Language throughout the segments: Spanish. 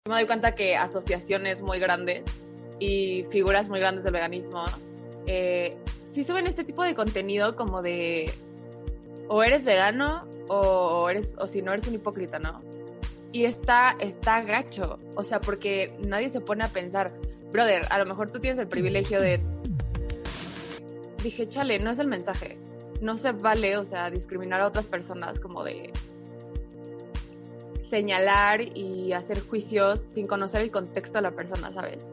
Me doy cuenta que asociaciones muy grandes y figuras muy grandes del veganismo sí suben este tipo de contenido como de o eres vegano o si no eres un hipócrita, ¿no? Y está gacho, o sea, porque nadie se pone a pensar, brother, a lo mejor tú tienes el privilegio de... Dije, chale, no es el mensaje, no se vale, o sea, discriminar a otras personas como de señalar y hacer juicios sin conocer el contexto de la persona, ¿sabes?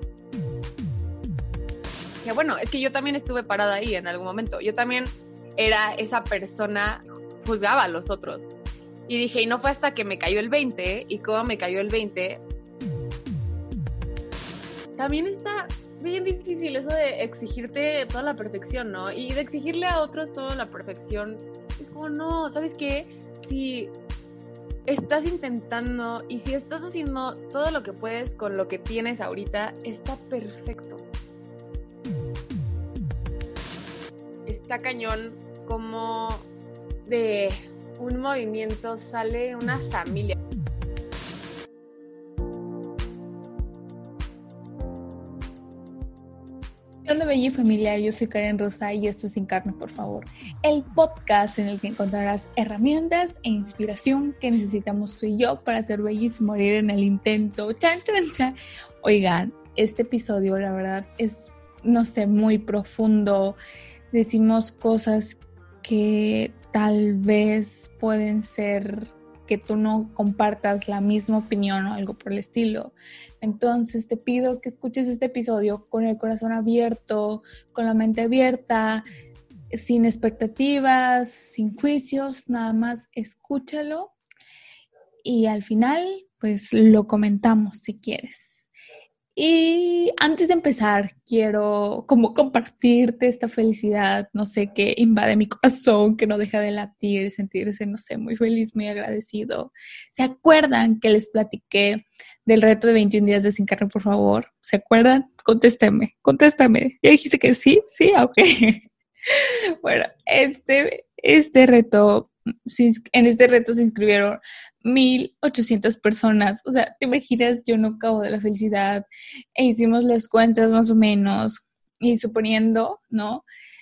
Que bueno, es que yo también estuve parada ahí en algún momento, yo también era esa persona, juzgaba a los otros. Y dije, y no fue hasta que me cayó el 20, y cómo me cayó el 20. También está bien difícil eso de exigirte toda la perfección, ¿no? Y de exigirle a otros toda la perfección. Es como, no, ¿sabes qué? Si estás intentando y si estás haciendo todo lo que puedes con lo que tienes ahorita, está perfecto. Está cañón como de un movimiento sale una familia. Hola bella familia, yo soy Karen Rosa y esto es Sin Carne, por favor. El podcast en el que encontrarás herramientas e inspiración que necesitamos tú y yo para ser bellis y morir en el intento. Chan, chan, chan. Oigan, este episodio la verdad es, no sé, muy profundo. Decimos cosas que tal vez pueden ser que tú no compartas la misma opinión o algo por el estilo. Entonces te pido que escuches este episodio con el corazón abierto, con la mente abierta, sin expectativas, sin juicios, nada más escúchalo y al final pues lo comentamos si quieres. Y antes de empezar, quiero como compartirte esta felicidad, no sé, que invade mi corazón, que no deja de latir, sentirse, no sé, muy feliz, muy agradecido. ¿Se acuerdan que les platiqué del reto de 21 días de Sin Carne, por favor? ¿Se acuerdan? Contéstame. ¿Ya dijiste que sí? Sí, ok. Bueno, este reto, en este reto se inscribieron 1,800 personas. O sea, te imaginas, yo no acabo de la felicidad. E hicimos las cuentas más o menos y suponiendo, ¿no?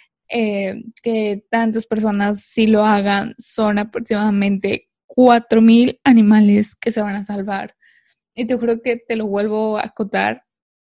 Que tantas personas si lo hagan, son aproximadamente 4,000 animales que se van a salvar. Y te juro que te lo vuelvo a acotar.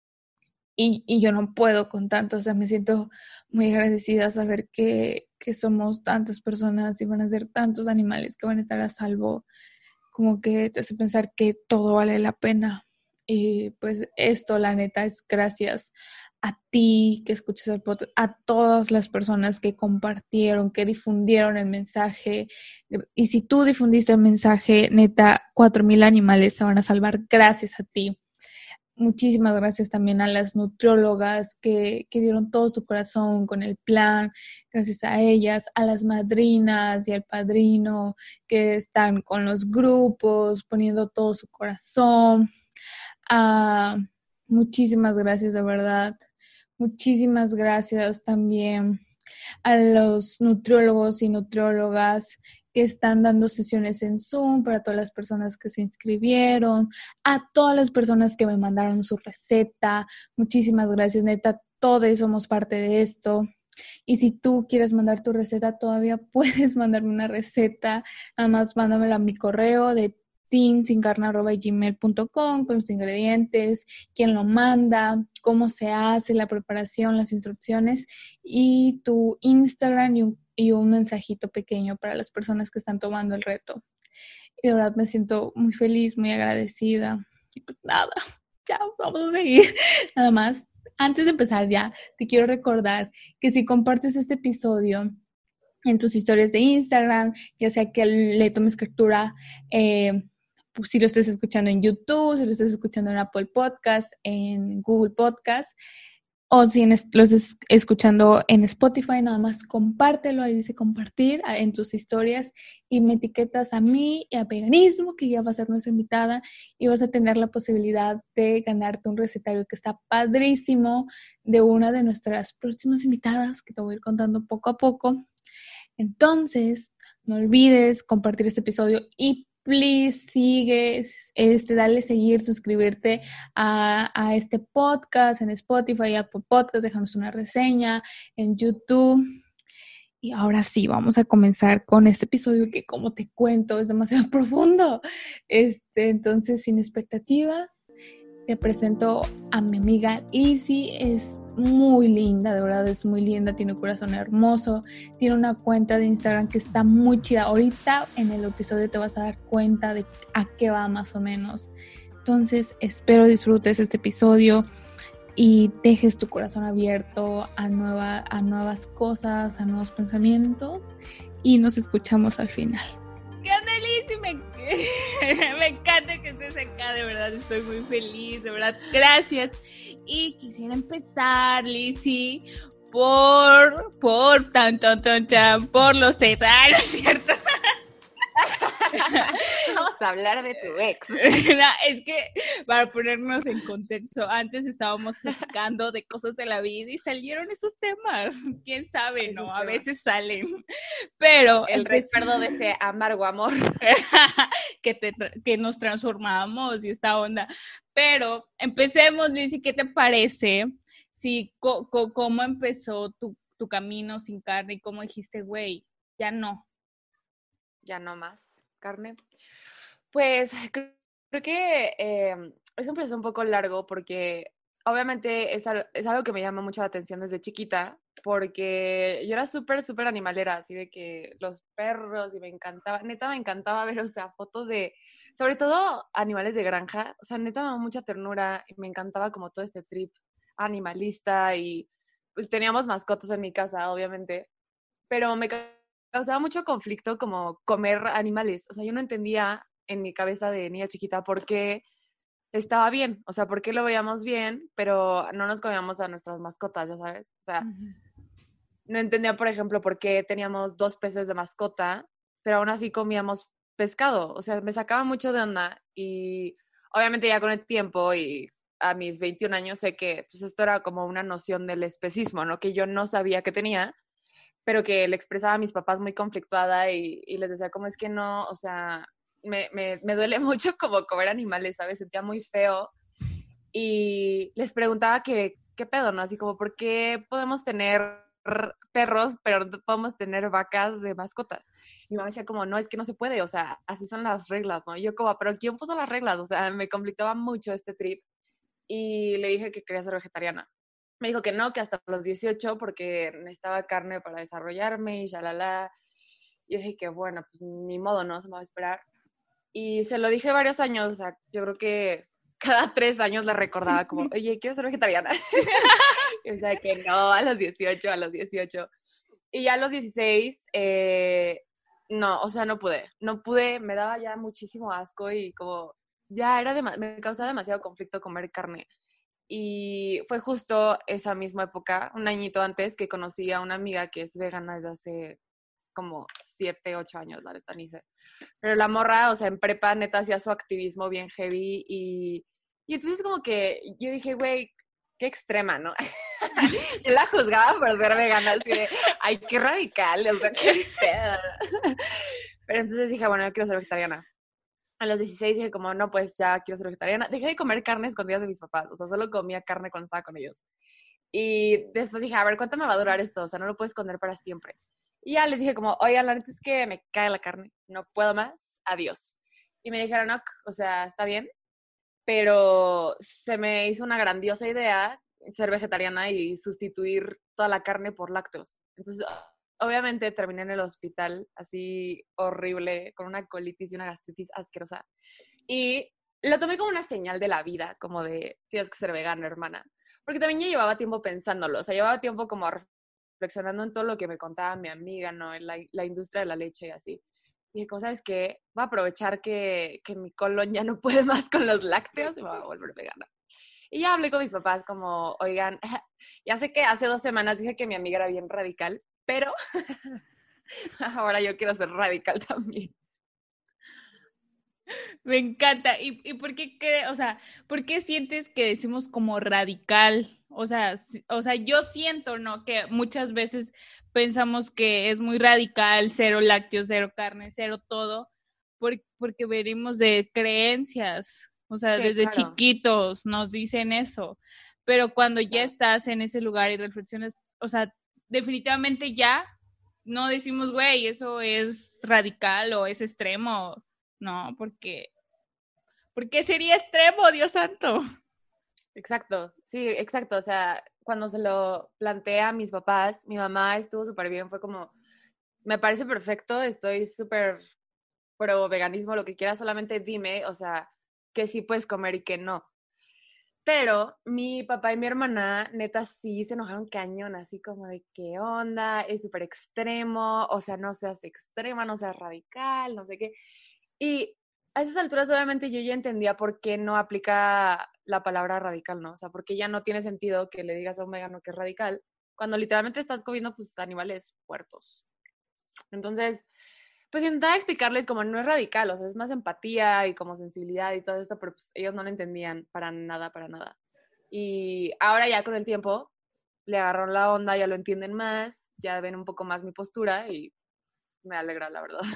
Y yo no puedo con tanto, o sea, me siento muy agradecida saber que somos tantas personas y van a ser tantos animales que van a estar a salvo, como que te hace pensar que todo vale la pena. Y pues esto, la neta, es gracias a ti que escuchas el podcast, a todas las personas que compartieron, que difundieron el mensaje. Y si tú difundiste el mensaje, neta, 4,000 animales se van a salvar gracias a ti. Muchísimas gracias también a las nutriólogas que dieron todo su corazón con el plan, gracias a ellas, a las madrinas y al padrino que están con los grupos, poniendo todo su corazón. Muchísimas gracias, de verdad. Muchísimas gracias también a los nutriólogos y nutriólogas que están dando sesiones en Zoom para todas las personas que se inscribieron, a todas las personas que me mandaron su receta. Muchísimas gracias, neta, todos somos parte de esto. Y si tú quieres mandar tu receta, todavía puedes mandarme una receta. Nada más mándamela a mi correo de teamsincarne@gmail.com con los ingredientes, quién lo manda, cómo se hace la preparación, las instrucciones y tu Instagram y un mensajito pequeño para las personas que están tomando el reto. Y de verdad me siento muy feliz, muy agradecida. Y pues nada, ya vamos a seguir. Nada más, antes de empezar ya, te quiero recordar que si compartes este episodio en tus historias de Instagram, ya sea que le tomes captura, pues si lo estás escuchando en YouTube, si lo estás escuchando en Apple Podcast, en Google Podcast, o si lo estás escuchando en Spotify, nada más compártelo, ahí dice compartir en tus historias y me etiquetas a mí y a Veganismo, que ya va a ser nuestra invitada y vas a tener la posibilidad de ganarte un recetario que está padrísimo de una de nuestras próximas invitadas que te voy a ir contando poco a poco. Entonces, no olvides compartir este episodio y please sigue, dale seguir, suscribirte a este podcast en Spotify, Apple Podcast, déjanos una reseña en YouTube. Y ahora sí, vamos a comenzar con este episodio que, como te cuento, es demasiado profundo. Entonces, sin expectativas, te presento a mi amiga Lizzy. Es muy linda, de verdad es muy linda, tiene un corazón hermoso, tiene una cuenta de Instagram que está muy chida. Ahorita en el episodio te vas a dar cuenta de a qué va más o menos. Entonces, espero disfrutes este episodio y dejes tu corazón abierto a nuevas cosas, a nuevos pensamientos, y nos escuchamos al final. ¿Qué onda, Lizzy? Me encanta que estés acá, de verdad estoy muy feliz, de verdad, gracias. Y quisiera empezar, Lizzy, por los seis, ¿no es cierto? Vamos a hablar de tu ex. No, es que para ponernos en contexto, antes estábamos platicando de cosas de la vida y salieron esos temas. ¿Quién sabe? Esos no, temas. A veces salen. Pero el recuerdo de ese amargo amor que nos transformamos y esta onda. Pero empecemos, Lizzy, ¿qué te parece? Sí, ¿cómo empezó tu camino sin carne y cómo dijiste, güey, ya no más carne? Pues creo que es un proceso un poco largo porque obviamente es algo que me llama mucho la atención desde chiquita, porque yo era súper animalera, así de que los perros, y me encantaba, neta me encantaba ver, o sea, fotos de, sobre todo animales de granja, o sea, neta me daba mucha ternura y me encantaba como todo este trip animalista, y pues teníamos mascotas en mi casa, obviamente, pero me causaba mucho conflicto como comer animales, o sea, yo no entendía en mi cabeza de niña chiquita por qué estaba bien, o sea, por qué lo veíamos bien, pero no nos comíamos a nuestras mascotas, ya sabes, o sea, no entendía, por ejemplo, por qué teníamos 2 peces de mascota, pero aún así comíamos pescado, o sea, me sacaba mucho de onda, y obviamente ya con el tiempo y a mis 21 años sé que pues esto era como una noción del especismo, ¿no? Que yo no sabía que tenía, pero que le expresaba a mis papás muy conflictuada, y les decía, como es que no, o sea, me duele mucho como comer animales, ¿sabes? Sentía muy feo, y les preguntaba qué pedo, ¿no? Así como, ¿por qué podemos tener perros, pero no podemos tener vacas de mascotas? Mi mamá decía como, no, es que no se puede, o sea, así son las reglas, ¿no? Y yo como, pero ¿quién puso las reglas? O sea, me conflictaba mucho este trip, y le dije que quería ser vegetariana. Me dijo que no, que hasta los 18 porque necesitaba carne para desarrollarme y shalala. Yo dije que bueno, pues ni modo, ¿no? Se me va a esperar. Y se lo dije varios años, o sea, yo creo que cada 3 años le recordaba como, oye, quiero ser vegetariana. Y o sea, que no, a los 18, a los 18. Y ya a los 16, no, o sea, no pude, me daba ya muchísimo asco, y como ya me causaba demasiado conflicto comer carne. Y fue justo esa misma época, un añito antes, que conocí a una amiga que es vegana desde hace como 7, 8 años, la neta, ni sé. Pero la morra, o sea, en prepa, neta, hacía su activismo bien heavy, y entonces como que yo dije, güey, qué extrema, ¿no? Yo la juzgaba por ser vegana, así de, ay, qué radical, o sea, qué pedo. Pero entonces dije, bueno, yo quiero ser vegetariana. A los 16 dije como, no, pues ya quiero ser vegetariana. Dejé de comer carne escondidas de mis papás, o sea, solo comía carne cuando estaba con ellos. Y después dije, a ver, ¿cuánto me va a durar esto? O sea, no lo puedo esconder para siempre. Y ya les dije como, oigan, la neta es que me cae la carne, no puedo más, adiós. Y me dijeron, ok, o sea, está bien, pero se me hizo una grandiosa idea ser vegetariana y sustituir toda la carne por lácteos. Entonces, obviamente terminé en el hospital así horrible, con una colitis y una gastritis asquerosa. Y lo tomé como una señal de la vida, como de, tienes que ser vegana, hermana. Porque también yo llevaba tiempo pensándolo, o sea, llevaba tiempo como reflexionando en todo lo que me contaba mi amiga, ¿no? En la industria de la leche y así. Y dije, ¿sabes qué? Voy a aprovechar que mi colon ya no puede más con los lácteos y me voy a volver vegana. Y ya hablé con mis papás como, oigan, ya sé que hace 2 semanas dije que mi amiga era bien radical, pero ahora yo quiero ser radical también. Me encanta. ¿Y por qué o sea, por qué sientes que decimos como radical? O sea, yo siento, ¿no? Que muchas veces pensamos que es muy radical, 0 lácteos, 0 carne, 0 todo, porque venimos de creencias, o sea, Sí, desde claro. chiquitos nos dicen eso, pero cuando ya Claro. estás en ese lugar y reflexionas, o sea, definitivamente ya no decimos, güey, eso es radical o es extremo, no, ¿por qué sería extremo, Dios santo? Exacto, sí, exacto. O sea, cuando se lo planteé a mis papás, mi mamá estuvo súper bien, fue como, me parece perfecto, estoy súper pro veganismo, lo que quieras, solamente dime, o sea, que sí puedes comer y que no. Pero mi papá y mi hermana, neta, sí se enojaron cañón, así como de qué onda, es súper extremo, o sea, no seas extrema, no seas radical, no sé qué. Y a esas alturas, obviamente, yo ya entendía por qué no aplica la palabra radical, ¿no? O sea, porque ya no tiene sentido que le digas a un vegano que es radical, cuando literalmente estás comiendo, pues, animales muertos. Entonces, pues intentaba explicarles como no es radical, o sea, es más empatía y como sensibilidad y todo esto, pero pues ellos no lo entendían para nada, para nada. Y ahora ya con el tiempo le agarraron la onda, ya lo entienden más, ya ven un poco más mi postura y me alegra, la verdad.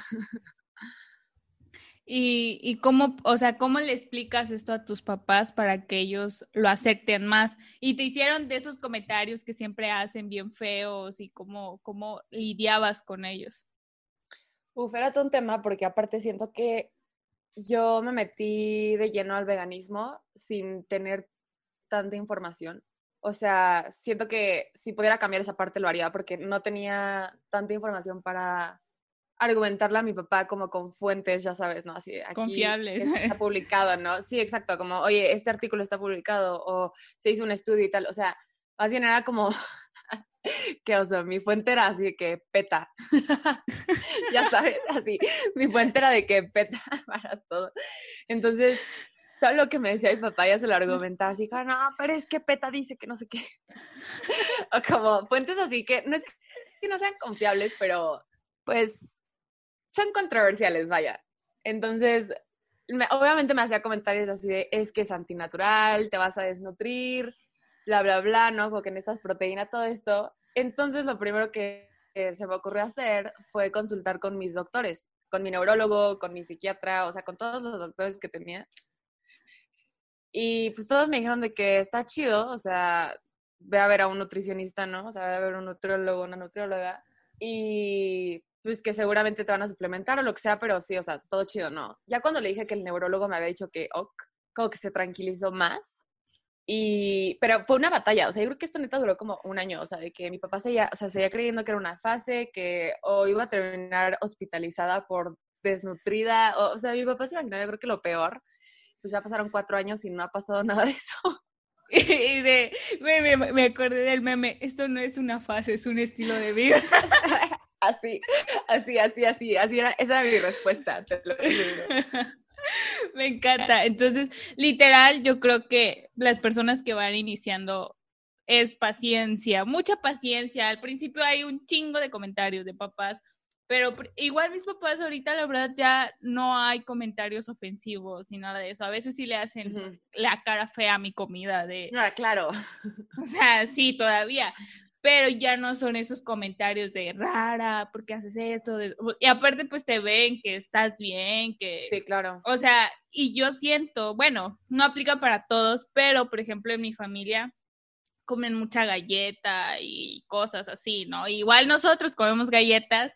Y cómo, o sea, ¿cómo le explicas esto a tus papás para que ellos lo acepten más? Y te hicieron de esos comentarios que siempre hacen bien feos y cómo lidiabas con ellos. Uf, era todo un tema porque aparte siento que yo me metí de lleno al veganismo sin tener tanta información. O sea, siento que si pudiera cambiar esa parte lo haría porque no tenía tanta información para argumentarle a mi papá como con fuentes, ya sabes, ¿no? Así, aquí Confiables. esto está publicado, ¿no? Sí, exacto, como, oye, este artículo está publicado o se hizo un estudio y tal. O sea, más bien era como que, o sea, mi fuente era así de que peta. Ya sabes, así, mi fuente era de que peta para todo. Entonces, todo lo que me decía mi papá ya se lo argumentaba así, como, no, pero es que PETA dice que no sé qué. O como fuentes así que no es que no sean confiables, pero pues son controversiales, vaya. Entonces, obviamente me hacía comentarios así de, es que es antinatural, te vas a desnutrir, bla, bla, bla, ¿no? Porque necesitas proteína, todo esto. Entonces, lo primero que se me ocurrió hacer fue consultar con mis doctores, con mi neurólogo, con mi psiquiatra, o sea, con todos los doctores que tenía. Y pues todos me dijeron de que está chido, o sea, ve a ver a un nutricionista, ¿no? O sea, ve a ver a un nutriólogo, una nutrióloga, y pues que seguramente te van a suplementar o lo que sea, pero sí, o sea, todo chido, ¿no? Ya cuando le dije que el neurólogo me había dicho que ok, como que se tranquilizó más. Pero fue una batalla, o sea, yo creo que esto neta duró como un año, o sea, de que mi papá seguía, o sea, seguía creyendo que era una fase, que o iba a terminar hospitalizada por desnutrida, o sea, mi papá se imaginaba, yo creo que lo peor, pues ya pasaron 4 años y no ha pasado nada de eso. Y me acordé del meme, esto no es una fase, es un estilo de vida. Así, así era, esa era mi respuesta, te lo juro. Me encanta. Entonces, literal, yo creo que las personas que van iniciando es paciencia, mucha paciencia. Al principio hay un chingo de comentarios de papás, pero igual mis papás ahorita, la verdad, ya no hay comentarios ofensivos ni nada de eso. A veces sí le hacen la cara fea a mi comida de... Ah, claro. O sea, sí, todavía. Pero ya no son esos comentarios de rara, ¿por qué haces esto? Y aparte, pues te ven que estás bien, que... Sí, claro. O sea, y yo siento, bueno, no aplica para todos, pero por ejemplo en mi familia comen mucha galleta y cosas así, ¿no? Igual nosotros comemos galletas,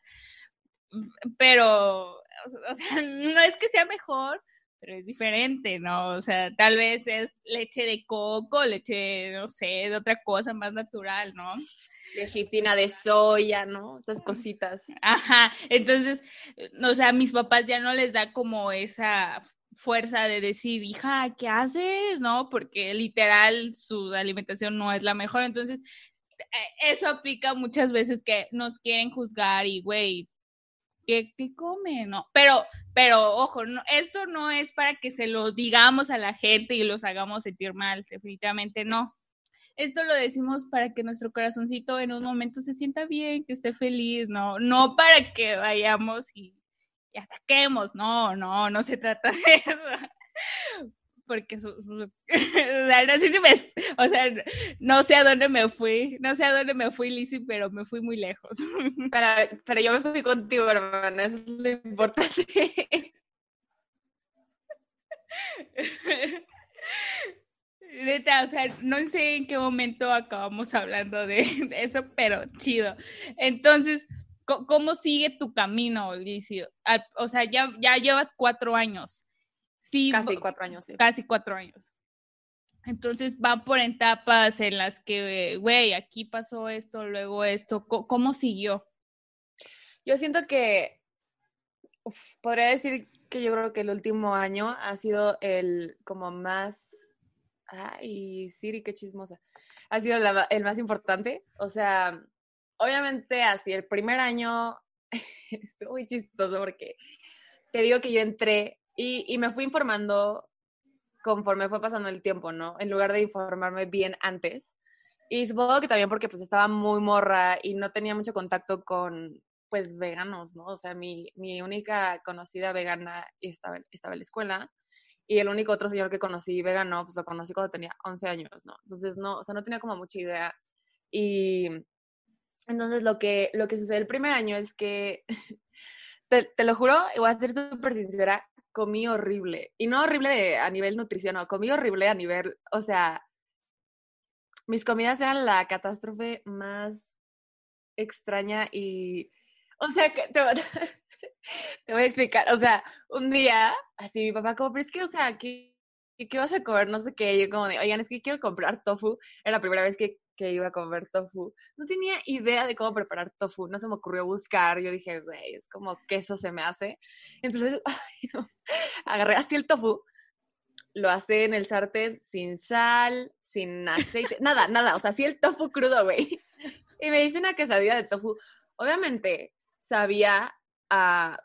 pero, o sea, no es que sea mejor, pero es diferente, ¿no? O sea, tal vez es leche de coco, leche, no sé, de otra cosa más natural, ¿no? Lechitina de soya, ¿no? Esas cositas. Ajá, entonces, o sea, a mis papás ya no les da como esa fuerza de decir, hija, ¿qué haces? ¿No? Porque literal su alimentación no es la mejor. Entonces, eso aplica muchas veces que nos quieren juzgar y, güey, ¿qué comen? ¿No? Pero, ojo, no, esto no es para que se lo digamos a la gente y los hagamos sentir mal, definitivamente no. Esto lo decimos para que nuestro corazoncito en un momento se sienta bien, que esté feliz, no para que vayamos y ataquemos, no se trata de eso. Porque, o sea, no sé si o sea, no sé a dónde me fui, Lizzy, pero me fui muy lejos. Pero yo me fui contigo, hermana, eso es lo importante. Neta, o sea, no sé en qué momento acabamos hablando de eso, pero chido. Entonces, ¿cómo sigue tu camino, Licio? O sea, ya llevas 4 años. Sí, Casi 4 años, sí. casi 4 años. Entonces van por etapas en las que, güey, aquí pasó esto, luego esto. ¿Cómo siguió? Yo siento que podría decir que yo creo que el último año ha sido el como más... Ay, Siri, qué chismosa. Ha sido el más importante. O sea, obviamente así, el primer año estuvo muy chistoso porque te digo que yo entré y me fui informando conforme fue pasando el tiempo, ¿no? En lugar de informarme bien antes. Y supongo que también porque pues estaba muy morra y no tenía mucho contacto con pues veganos, ¿no? O sea, mi única conocida vegana estaba en la escuela y el único otro señor que conocí vegano, pues lo conocí cuando tenía 11 años, ¿no? Entonces no, o sea, no tenía como mucha idea. Y entonces lo que sucede el primer año es que, te lo juro, y voy a ser súper sincera, comí horrible. Y no horrible a nivel nutrición, no, comí horrible a nivel, o sea, mis comidas eran la catástrofe más extraña y, o sea, que te voy a explicar, o sea, un día, así mi papá como, pero es que, o sea, ¿qué vas a comer? No sé qué, y yo como de, oigan, es que quiero comprar tofu, era la primera vez que iba a comer tofu, no tenía idea de cómo preparar tofu, no se me ocurrió buscar, yo dije, güey, es como queso se me hace, entonces, ay, no. Agarré así el tofu, lo hace en el sartén sin sal, sin aceite, nada, nada, o sea, así el tofu crudo, güey. Y me hice una quesadilla de tofu. Obviamente sabía a,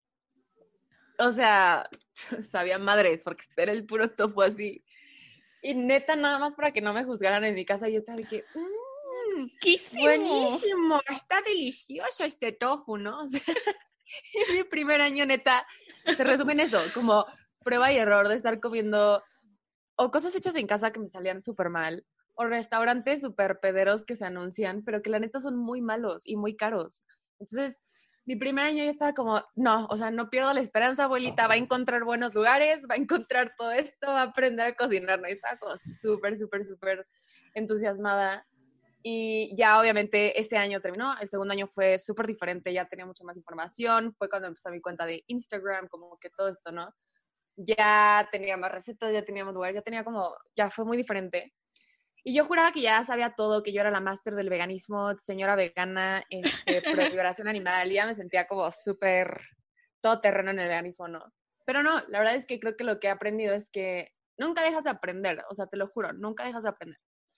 o sea, sabía madres, porque era el puro tofu así. Y neta, nada más para que no me juzgaran en mi casa, yo estaba de que, buenísimo, está delicioso este tofu, ¿no? O sea, en mi primer año, neta, se resume en eso, como prueba y error de estar comiendo o cosas hechas en casa que me salían súper mal, o restaurantes súper pederos que se anuncian, pero que la neta son muy malos y muy caros. Entonces, mi primer año yo estaba como, no, o sea, no pierdo la esperanza, abuelita, va a encontrar buenos lugares, va a encontrar todo esto, va a aprender a cocinar, ¿no? Y estaba como súper, súper, súper entusiasmada. Y ya obviamente ese año terminó, el segundo año fue súper diferente, ya tenía mucha más información, fue cuando empecé mi cuenta de Instagram, como que todo esto, ¿no? Ya tenía más recetas, ya teníamos lugares, ya tenía como, ya fue muy diferente. Y yo juraba que ya sabía todo, que yo era la máster del veganismo, señora vegana, pro liberación animal, y ya me sentía como súper todoterreno en el veganismo, ¿no? Pero no, la verdad es que creo que lo que he aprendido es que nunca dejas de aprender, o sea, te lo juro, nunca dejas de aprender.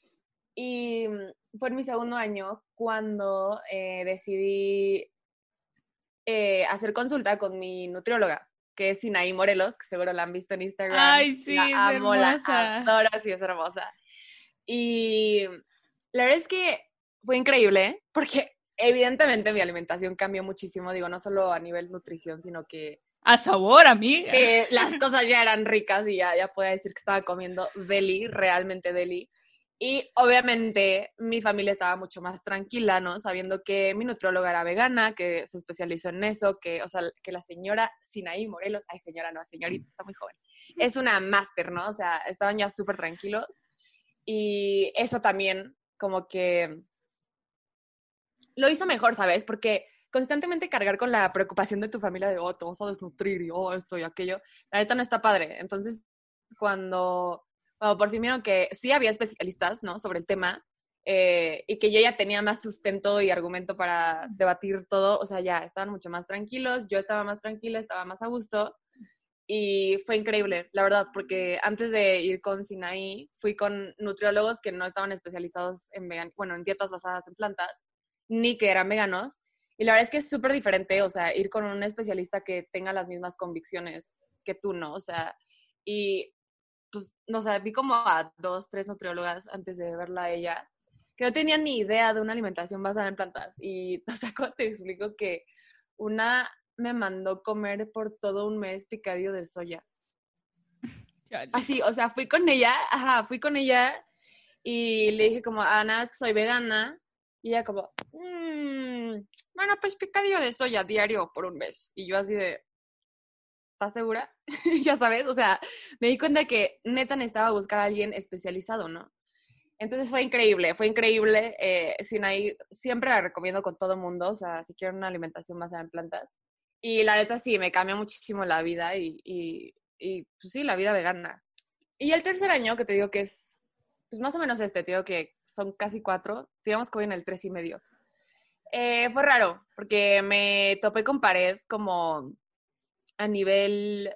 Y fue en mi segundo año cuando decidí hacer consulta con mi nutrióloga, que es Sinaí Morelos, que seguro la han visto en Instagram. Ay, La sí, es amo, la hermosa. adoro, sí, es hermosa. Y la verdad es que fue increíble, porque evidentemente mi alimentación cambió muchísimo, digo, no solo a nivel nutrición, sino que A sabor, amiga. las cosas ya eran ricas y ya podía decir que estaba comiendo deli, realmente deli. Y obviamente mi familia estaba mucho más tranquila, ¿no? Sabiendo que mi nutrióloga era vegana, que se especializó en eso, que, o sea, que la señora Sinaí Morelos, ay señora, no, señorita, está muy joven, es una máster, ¿no? O sea, estaban ya súper tranquilos. Y eso también como que lo hizo mejor, ¿sabes? Porque constantemente cargar con la preocupación de tu familia de, oh, te vas a desnutrir y, oh, esto y aquello, la neta no está padre. Entonces, cuando por fin vieron que sí había especialistas, ¿no? Sobre el tema, y que yo ya tenía más sustento y argumento para debatir todo, o sea, ya estaban mucho más tranquilos, yo estaba más tranquila, estaba más a gusto, y fue increíble, la verdad, porque antes de ir con Sinaí, fui con nutriólogos que no estaban especializados en bueno, en dietas basadas en plantas, ni que eran veganos. Y la verdad es que es súper diferente, o sea, ir con un especialista que tenga las mismas convicciones que tú, ¿no? O sea, y pues, no sé, vi como a 2, 3 nutriólogas antes de verla a ella, que no tenían ni idea de una alimentación basada en plantas. Y, o sea, ¿cómo te explico que una me mandó comer por todo un mes picadillo de soya? Chale. Así, o sea, fui con ella y le dije como, ah, nada, es que soy vegana. Y ella como, bueno, pues picadillo de soya diario por un mes. Y yo así de, ¿estás segura? Ya sabes, o sea, me di cuenta que neta necesitaba buscar a alguien especializado, ¿no? Entonces fue increíble. Sinaí siempre la recomiendo con todo mundo, o sea, si quieren una alimentación basada en plantas. Y la neta sí, me cambió muchísimo la vida y pues sí, la vida vegana. Y el tercer año, que te digo que es, pues más o menos te digo que son casi 4, digamos que voy en el 3 y medio. Fue raro, porque me topé con pared como a nivel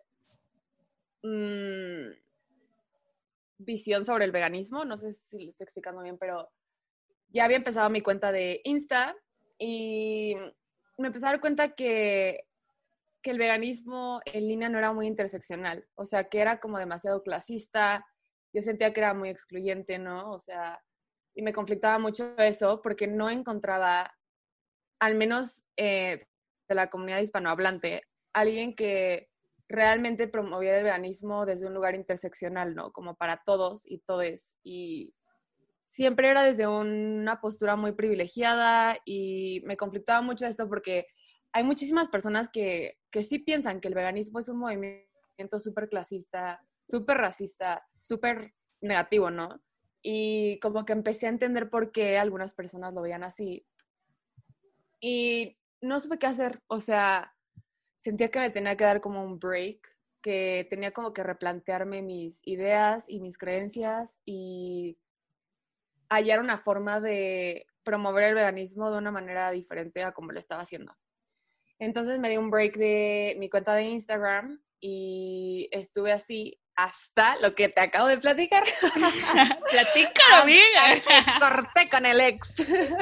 visión sobre el veganismo. No sé si lo estoy explicando bien, pero ya había empezado mi cuenta de Insta y me empecé a dar cuenta que el veganismo en línea no era muy interseccional, o sea, que era como demasiado clasista, yo sentía que era muy excluyente, ¿no? O sea, y me conflictaba mucho eso porque no encontraba, al menos de la comunidad hispanohablante, alguien que realmente promoviera el veganismo desde un lugar interseccional, ¿no? Como para todos y todes. Y siempre era desde una postura muy privilegiada y me conflictaba mucho esto porque hay muchísimas personas que sí piensan que el veganismo es un movimiento súper clasista, súper racista, súper negativo, ¿no? Y como que empecé a entender por qué algunas personas lo veían así. Y no supe qué hacer, o sea, sentía que me tenía que dar como un break, que tenía como que replantearme mis ideas y mis creencias y hallar una forma de promover el veganismo de una manera diferente a como lo estaba haciendo. Entonces me di un break de mi cuenta de Instagram y estuve así hasta lo que te acabo de platicar. Platícalo, amiga. Corté con el ex.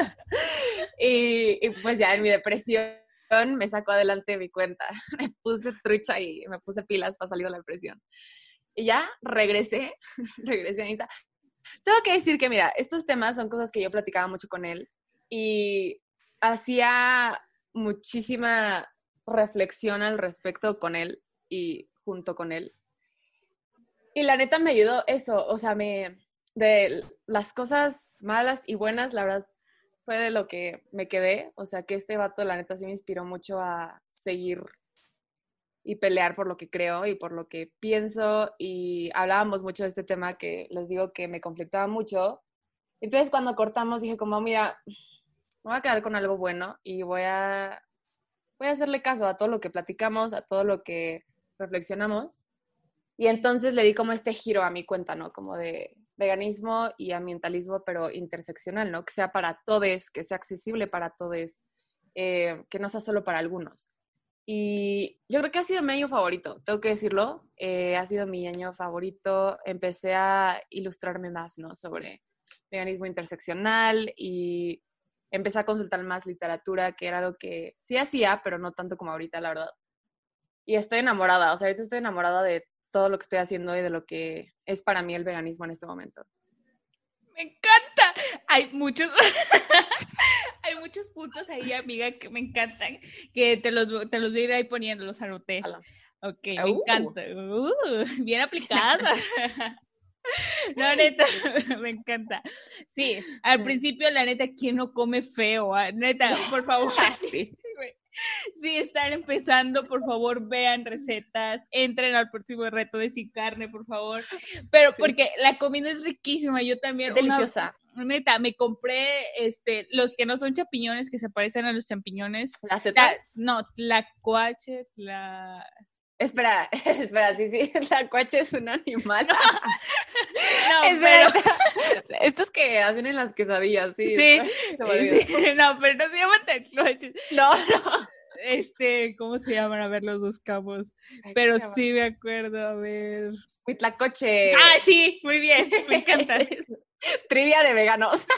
y pues ya en mi depresión me sacó adelante mi cuenta. Me puse trucha y me puse pilas para salir de la depresión. Y ya regresé a Insta. Tengo que decir que, mira, estos temas son cosas que yo platicaba mucho con él y hacía muchísima reflexión al respecto con él y junto con él. Y la neta me ayudó eso, o sea, de las cosas malas y buenas, la verdad, fue de lo que me quedé. O sea, que este vato, la neta, sí me inspiró mucho a seguir y pelear por lo que creo y por lo que pienso. Y hablábamos mucho de este tema que les digo que me conflictaba mucho. Entonces, cuando cortamos, dije como, mira, me voy a quedar con algo bueno y voy a hacerle caso a todo lo que platicamos, a todo lo que reflexionamos. Y entonces le di como este giro a mi cuenta, ¿no? Como de veganismo y ambientalismo, pero interseccional, ¿no? Que sea para todes, que sea accesible para todes, que no sea solo para algunos. Y yo creo que ha sido mi año favorito, tengo que decirlo. Ha sido mi año favorito. Empecé a ilustrarme más, ¿no? Sobre veganismo interseccional y empecé a consultar más literatura, que era algo que sí hacía, pero no tanto como ahorita, la verdad. Y estoy enamorada, o sea, ahorita estoy enamorada de todo lo que estoy haciendo y de lo que es para mí el veganismo en este momento. Me encanta. Hay muchos, hay muchos puntos ahí, amiga, que me encantan, que te los voy a ir ahí poniendo, los anoté. Hola. Ok, me encanta. Bien aplicada. No, neta, me encanta. Sí, al principio, la neta, ¿quién no come feo? Neta, por favor. Sí. Si están empezando, por favor, vean recetas, entren al próximo reto de Sin Carne, por favor. Pero sí, porque la comida es riquísima, yo también. Es deliciosa. Neta, me compré los que no son champiñones, que se parecen a los champiñones. ¿Las setas? No, tlacuache, Espera, sí, la cuache es un animal. No, espera, pero... estos que hacen en las quesadillas, sí. Sí, no, pero no se llaman tlacuaches. No. ¿Cómo se llaman? A ver, los buscamos. Pero sí me acuerdo, a ver. Huitlacoche. Ah, sí, muy bien, me encanta. Trivia de veganos.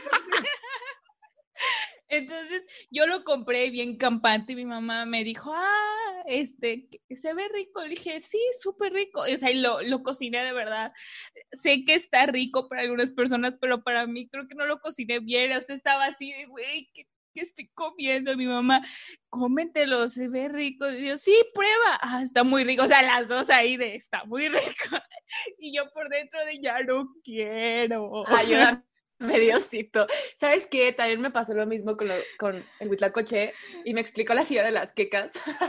Entonces, yo lo compré bien campante y mi mamá me dijo, se ve rico. Le dije, sí, súper rico. O sea, y lo cociné de verdad. Sé que está rico para algunas personas, pero para mí creo que no lo cociné bien. O sea, estaba así de, güey, ¿qué estoy comiendo? Mi mamá, cómetelo, se ve rico. Y yo, sí, prueba. Ah, está muy rico. O sea, las dos ahí de, está muy rico. Y yo por dentro de, ya no quiero. Ayúdame. Mediocito. ¿Sabes qué? También me pasó lo mismo con el huitlacoche y me explicó la ciudad de las quecas.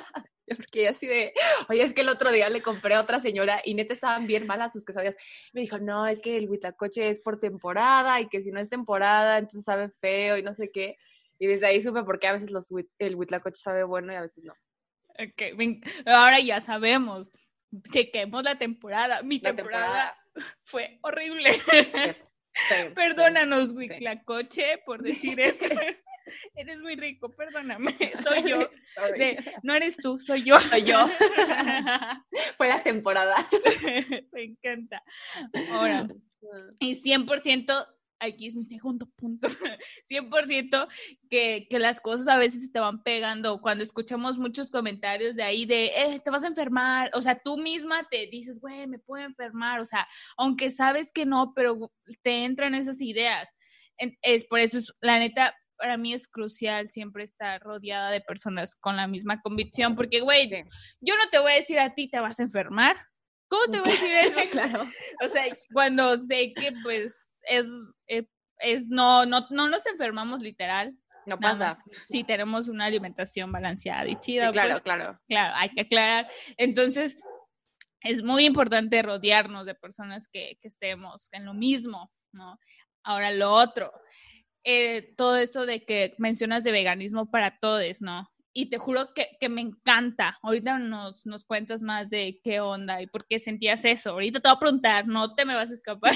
Porque ella así de, oye, es que el otro día le compré a otra señora y neta estaban bien malas sus quesadillas. Me dijo, no, es que el huitlacoche es por temporada y que si no es temporada, entonces sabe feo y no sé qué. Y desde ahí supe por qué a veces el huitlacoche sabe bueno y a veces no. Okay, ahora ya sabemos. Chequemos la temporada. Mi temporada fue horrible. Sí, perdónanos, huitlacoche, por decir eso. Eres muy rico, perdóname. Soy yo. No eres tú, soy yo. Soy yo. Fue la temporada. Me encanta. Ahora, y 100%, aquí es mi segundo punto, 100% que las cosas a veces se te van pegando. Cuando escuchamos muchos comentarios de ahí de, te vas a enfermar, o sea, tú misma te dices, güey, me puedo enfermar, o sea, aunque sabes que no, pero te entran esas ideas. Es por eso, la neta, para mí es crucial siempre estar rodeada de personas con la misma convicción, porque, güey, sí, yo no te voy a decir a ti te vas a enfermar. ¿Cómo te voy a decir eso? Claro. O sea, cuando sé que, pues, no nos enfermamos literal. No pasa. Si tenemos una alimentación balanceada y chida. Sí, claro, pues, claro. Claro, hay que aclarar. Entonces, es muy importante rodearnos de personas que estemos en lo mismo, ¿no? Ahora, lo otro, todo esto de que mencionas de veganismo para todos, ¿no? Y te juro que me encanta. Ahorita nos cuentas más de qué onda y por qué sentías eso. Ahorita te voy a preguntar, no te me vas a escapar.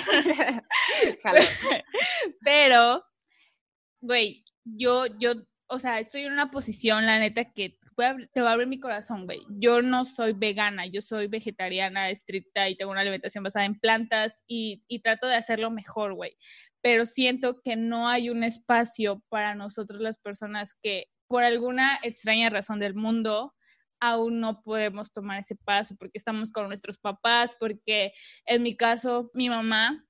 Pero, güey, yo, o sea, estoy en una posición, la neta, que te va a abrir mi corazón, güey. Yo no soy vegana, yo soy vegetariana estricta y tengo una alimentación basada en plantas y trato de hacerlo mejor, güey. Pero siento que no hay un espacio para nosotros las personas que por alguna extraña razón del mundo aún no podemos tomar ese paso porque estamos con nuestros papás, porque en mi caso, mi mamá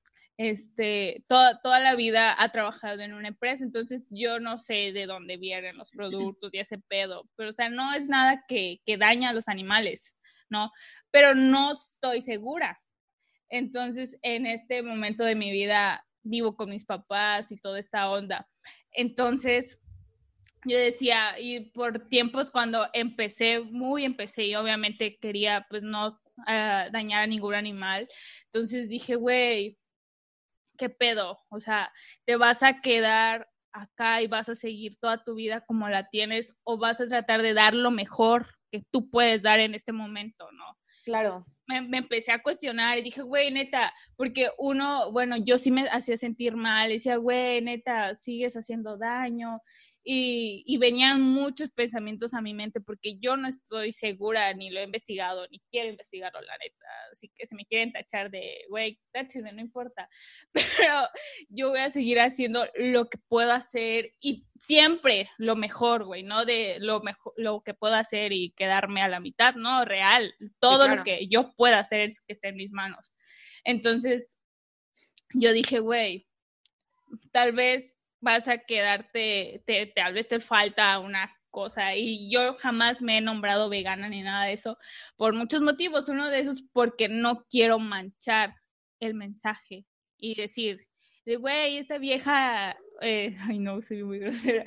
toda la vida ha trabajado en una empresa, entonces yo no sé de dónde vienen los productos y ese pedo, pero o sea, no es nada que daña a los animales, ¿no? Pero no estoy segura. Entonces, en este momento de mi vida vivo con mis papás y toda esta onda. Entonces, yo decía, y por tiempos cuando empecé y obviamente quería pues no dañar a ningún animal, entonces dije, güey, ¿qué pedo? O sea, ¿te vas a quedar acá y vas a seguir toda tu vida como la tienes o vas a tratar de dar lo mejor que tú puedes dar en este momento, ¿no? Claro. Me empecé a cuestionar y dije, güey, neta, porque yo sí me hacía sentir mal, decía, güey, neta, sigues haciendo daño. Y venían muchos pensamientos a mi mente porque yo no estoy segura, ni lo he investigado, ni quiero investigarlo, la neta. Así que se me quieren tachar de, güey, táchenme, no importa. Pero yo voy a seguir haciendo lo que puedo hacer y siempre lo mejor, güey, no de lo que puedo hacer y quedarme a la mitad, no, real. Todo sí, claro, lo que yo pueda hacer es que esté en mis manos. Entonces, yo dije, güey, tal vez vas a quedarte, tal vez te falta una cosa y yo jamás me he nombrado vegana ni nada de eso por muchos motivos. Uno de esos porque no quiero manchar el mensaje y decir, güey, esta vieja, ay no, soy muy grosera,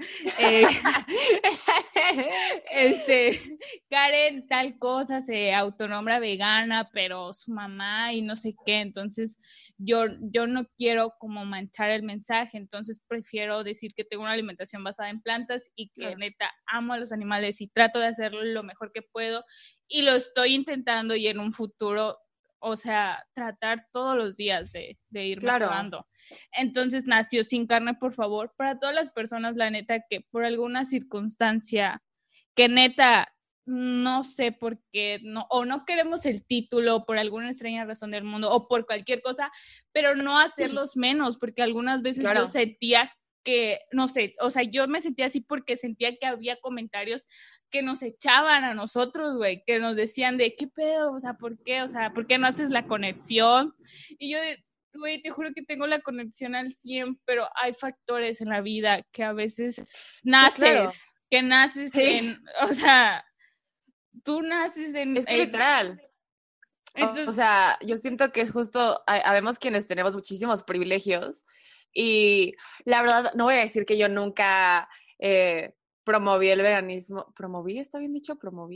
Karen tal cosa se autonombra vegana, pero su mamá y no sé qué, entonces yo no quiero como manchar el mensaje, entonces prefiero decir que tengo una alimentación basada en plantas y que neta amo a los animales y trato de hacerlo lo mejor que puedo y lo estoy intentando y en un futuro, o sea, tratar todos los días de ir mejorando. Entonces nació Sin Carne, por favor, para todas las personas, la neta, que por alguna circunstancia que neta no sé por qué, o no queremos el título por alguna extraña razón del mundo o por cualquier cosa, pero no hacerlos menos, porque algunas veces yo sentía que, no sé, o sea, yo me sentía así porque sentía que había comentarios que nos echaban a nosotros, güey, que nos decían de, ¿qué pedo? O sea, ¿por qué? O sea, ¿por qué no haces la conexión? Y yo, güey, te juro que tengo la conexión al 100, pero hay factores en la vida que a veces naces, sí, claro, que naces en, o sea, tú naces en... Es que literal. Entonces, o sea, yo siento que es justo, habemos quienes tenemos muchísimos privilegios y la verdad, no voy a decir que yo nunca promoví el veganismo. ¿Promoví? ¿Está bien dicho? ¿Promoví?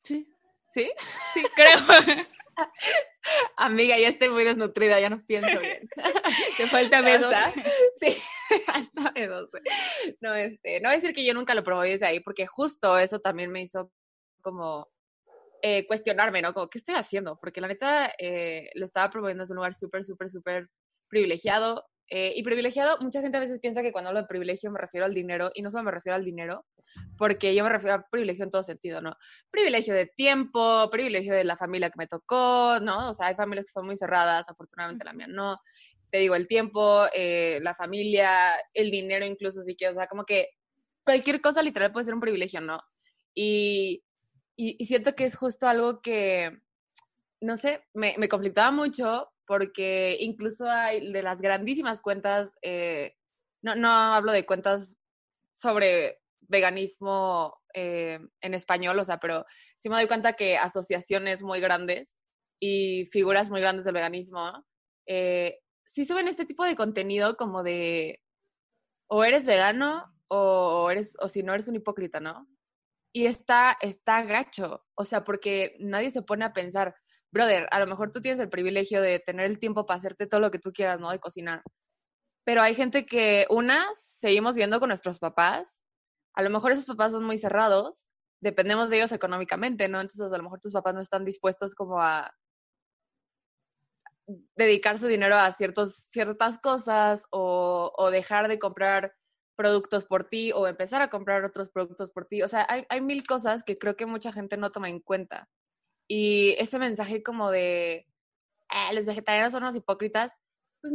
Sí, ¿Sí? sí, creo. Amiga, ya estoy muy desnutrida, ya no pienso bien. Te falta O B12. sea, sí, hasta B12. No, no voy a decir que yo nunca lo probé desde ahí, porque justo eso también me hizo como cuestionarme, ¿no? Como, ¿qué estoy haciendo? Porque la neta lo estaba promoviendo desde un lugar súper, súper, súper privilegiado. Y privilegiado, mucha gente a veces piensa que cuando hablo de privilegio me refiero al dinero, y no solo me refiero al dinero, porque yo me refiero a privilegio en todo sentido, ¿no? Privilegio de tiempo, privilegio de la familia que me tocó, ¿no? O sea, hay familias que son muy cerradas, afortunadamente la mía no. Te digo, el tiempo, la familia, el dinero incluso, si quieres, o sea, como que cualquier cosa literal puede ser un privilegio, ¿no? Y, y siento que es justo algo que, no sé, me conflictaba mucho porque incluso hay de las grandísimas cuentas, no hablo de cuentas sobre veganismo en español, o sea, pero sí me doy cuenta que asociaciones muy grandes y figuras muy grandes del veganismo sí suben este tipo de contenido como de o eres vegano o si no eres un hipócrita, ¿no? Y está gacho, o sea, porque nadie se pone a pensar, brother, a lo mejor tú tienes el privilegio de tener el tiempo para hacerte todo lo que tú quieras, ¿no? De cocinar. Pero hay gente que, seguimos viendo con nuestros papás, a lo mejor esos papás son muy cerrados, dependemos de ellos económicamente, ¿no? Entonces a lo mejor tus papás no están dispuestos como a dedicar su dinero a ciertas cosas o dejar de comprar productos por ti o empezar a comprar otros productos por ti. O sea, hay mil cosas que creo que mucha gente no toma en cuenta. Y ese mensaje como de, los vegetarianos son unos hipócritas, pues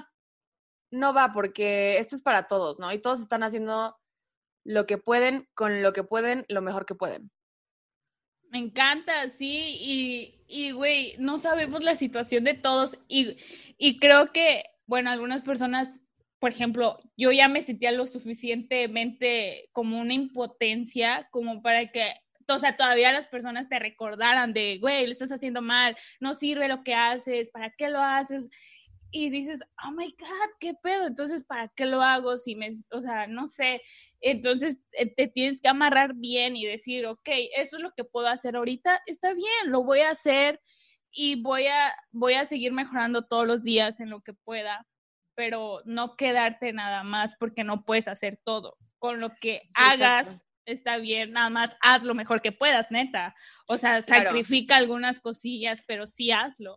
no va porque esto es para todos, ¿no? Y todos están haciendo lo que pueden, con lo que pueden, lo mejor que pueden. Me encanta, sí, güey, no sabemos la situación de todos y creo que, bueno, algunas personas, por ejemplo, yo ya me sentía lo suficientemente como una impotencia como para que, o sea, todavía las personas te recordaran de, güey, lo estás haciendo mal, no sirve lo que haces, ¿para qué lo haces? Y dices, oh my God, ¿qué pedo? Entonces, ¿para qué lo hago? Si me, o sea, no sé. Entonces, te tienes que amarrar bien y decir, ok, esto es lo que puedo hacer ahorita, está bien, lo voy a hacer y voy a seguir mejorando todos los días en lo que pueda, pero no quedarte nada más porque no puedes hacer todo. Con lo que Sí, hagas, exacto. está bien, nada más haz lo mejor que puedas, neta. O sea, Claro. sacrifica algunas cosillas, pero sí hazlo.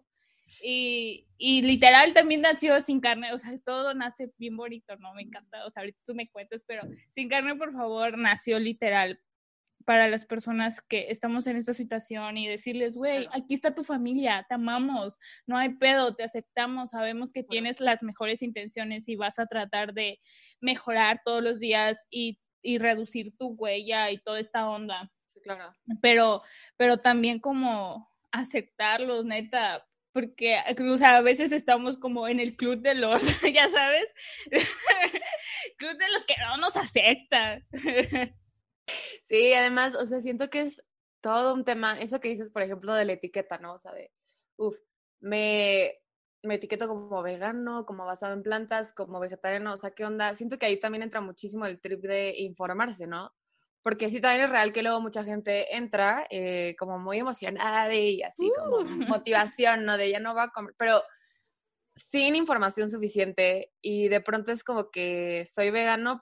Y literal también nació Sin Carne, o sea, todo nace bien bonito, ¿no? Me encanta, o sea, ahorita tú me cuentas, pero Sin Carne, por favor, nació literal para las personas que estamos en esta situación y decirles, güey, aquí está tu familia, te amamos, no hay pedo, te aceptamos, sabemos que tienes las mejores intenciones y vas a tratar de mejorar todos los días y reducir tu huella y toda esta onda. Sí, claro. Pero también como aceptarlos, neta, porque, o sea, a veces estamos como en el club de los, ya sabes, club de los que no nos aceptan. Sí, además, o sea, siento que es todo un tema, eso que dices, por ejemplo, de la etiqueta, ¿no? O sea, de, me, me etiqueto como vegano, como basado en plantas, como vegetariano, o sea, ¿qué onda? Siento que ahí también entra muchísimo el trip de informarse, ¿no? Porque sí, también es real que luego mucha gente entra como muy emocionada y así como motivación, ¿no? De ya no va a comer, pero sin información suficiente y de pronto es como que soy vegano,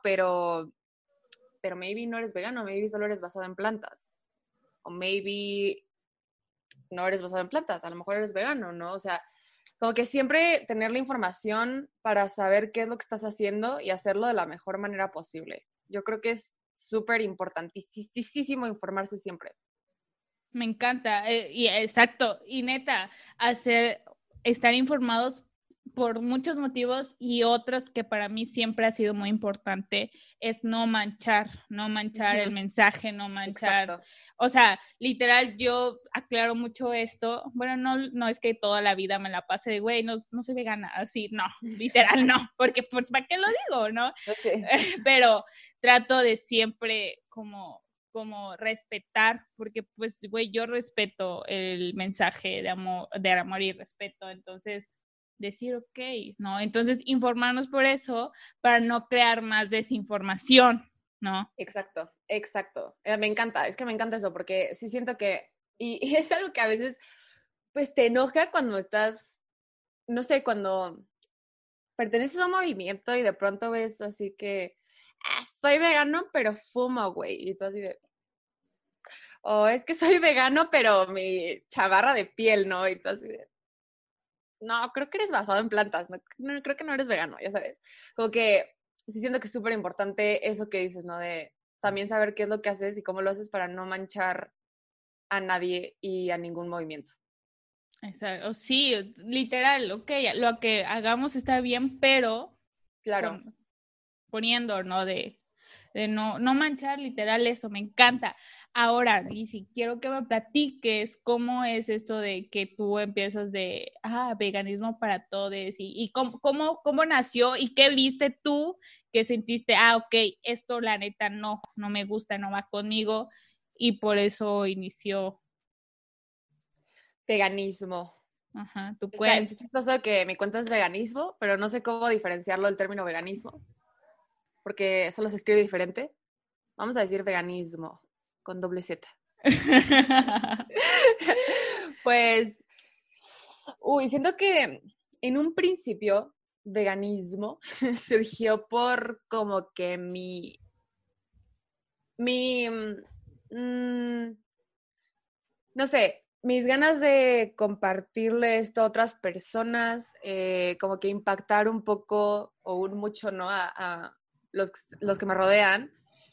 pero maybe no eres vegano, maybe solo eres basado en plantas. O maybe no eres basado en plantas, a lo mejor eres vegano, ¿no? O sea, como que siempre tener la información para saber qué es lo que estás haciendo y hacerlo de la mejor manera posible. Yo creo que es súper importantísimo informarse siempre. Me encanta, y exacto, y neta, estar informados por muchos motivos y otros que para mí siempre ha sido muy importante es no manchar el mensaje, no manchar, Exacto. o sea, literal yo aclaro mucho esto, bueno, no es que toda la vida me la pase de, güey, no soy vegana, así, no, literal no, porque pues, ¿para qué lo digo, no? Sí. Pero trato de siempre como respetar, porque pues, güey, yo respeto el mensaje de amor y respeto, entonces decir, ok, ¿no? Entonces informarnos por eso para no crear más desinformación, ¿no? Exacto. Me encanta, es que me encanta eso, porque sí siento que Y es algo que a veces, pues, te enoja cuando estás, no sé, cuando perteneces a un movimiento y de pronto ves así que, soy vegano, pero fumo, güey. Y tú así de, o es que soy vegano, pero mi chavarra de piel, ¿no? Y tú así de, no, creo que eres basado en plantas, no, creo que no eres vegano, ya sabes. Como que sí siento que es súper importante eso que dices, ¿no? De también saber qué es lo que haces y cómo lo haces para no manchar a nadie y a ningún movimiento. Exacto. Sí, literal, ok, lo que hagamos está bien, pero Claro. poniendo, ¿no? De no manchar literal eso, me encanta. Ahora, Lizzy, quiero que me platiques cómo es esto de que tú empiezas de, veganismo para todos y cómo nació y qué viste tú que sentiste, ok, esto la neta no me gusta, no va conmigo y por eso inició. Veganismo. Ajá, tu Está cuenta. chistoso que mi cuenta es veganismo, pero no sé cómo diferenciarlo el término veganismo, porque solo se escribe diferente. Vamos a decir veganismo, con doble Z. Pues, siento que en un principio veganismo surgió por como que mi, no sé, mis ganas de compartirle esto a otras personas, como que impactar un poco o un mucho, ¿no? A los que me rodean.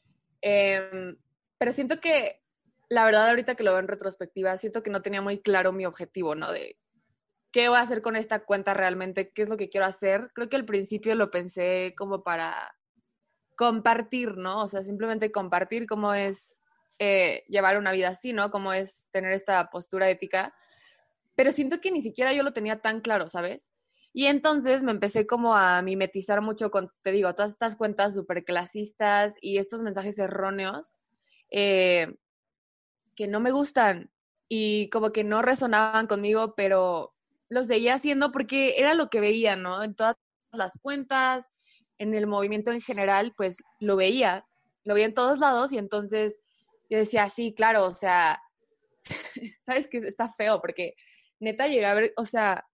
Pero siento que, la verdad, ahorita que lo veo en retrospectiva, siento que no tenía muy claro mi objetivo, ¿no? De qué voy a hacer con esta cuenta realmente, qué es lo que quiero hacer. Creo que al principio lo pensé como para compartir, ¿no? O sea, simplemente compartir cómo es llevar una vida así, ¿no? Cómo es tener esta postura ética. Pero siento que ni siquiera yo lo tenía tan claro, ¿sabes? Y entonces me empecé como a mimetizar mucho con, te digo, todas estas cuentas súper clasistas y estos mensajes erróneos eh, que no me gustan y como que no resonaban conmigo, pero los seguía haciendo porque era lo que veía, ¿no? En todas las cuentas, en el movimiento en general, pues lo veía en todos lados y entonces yo decía, sí, claro, o sea, sabes que está feo porque neta llegué a ver,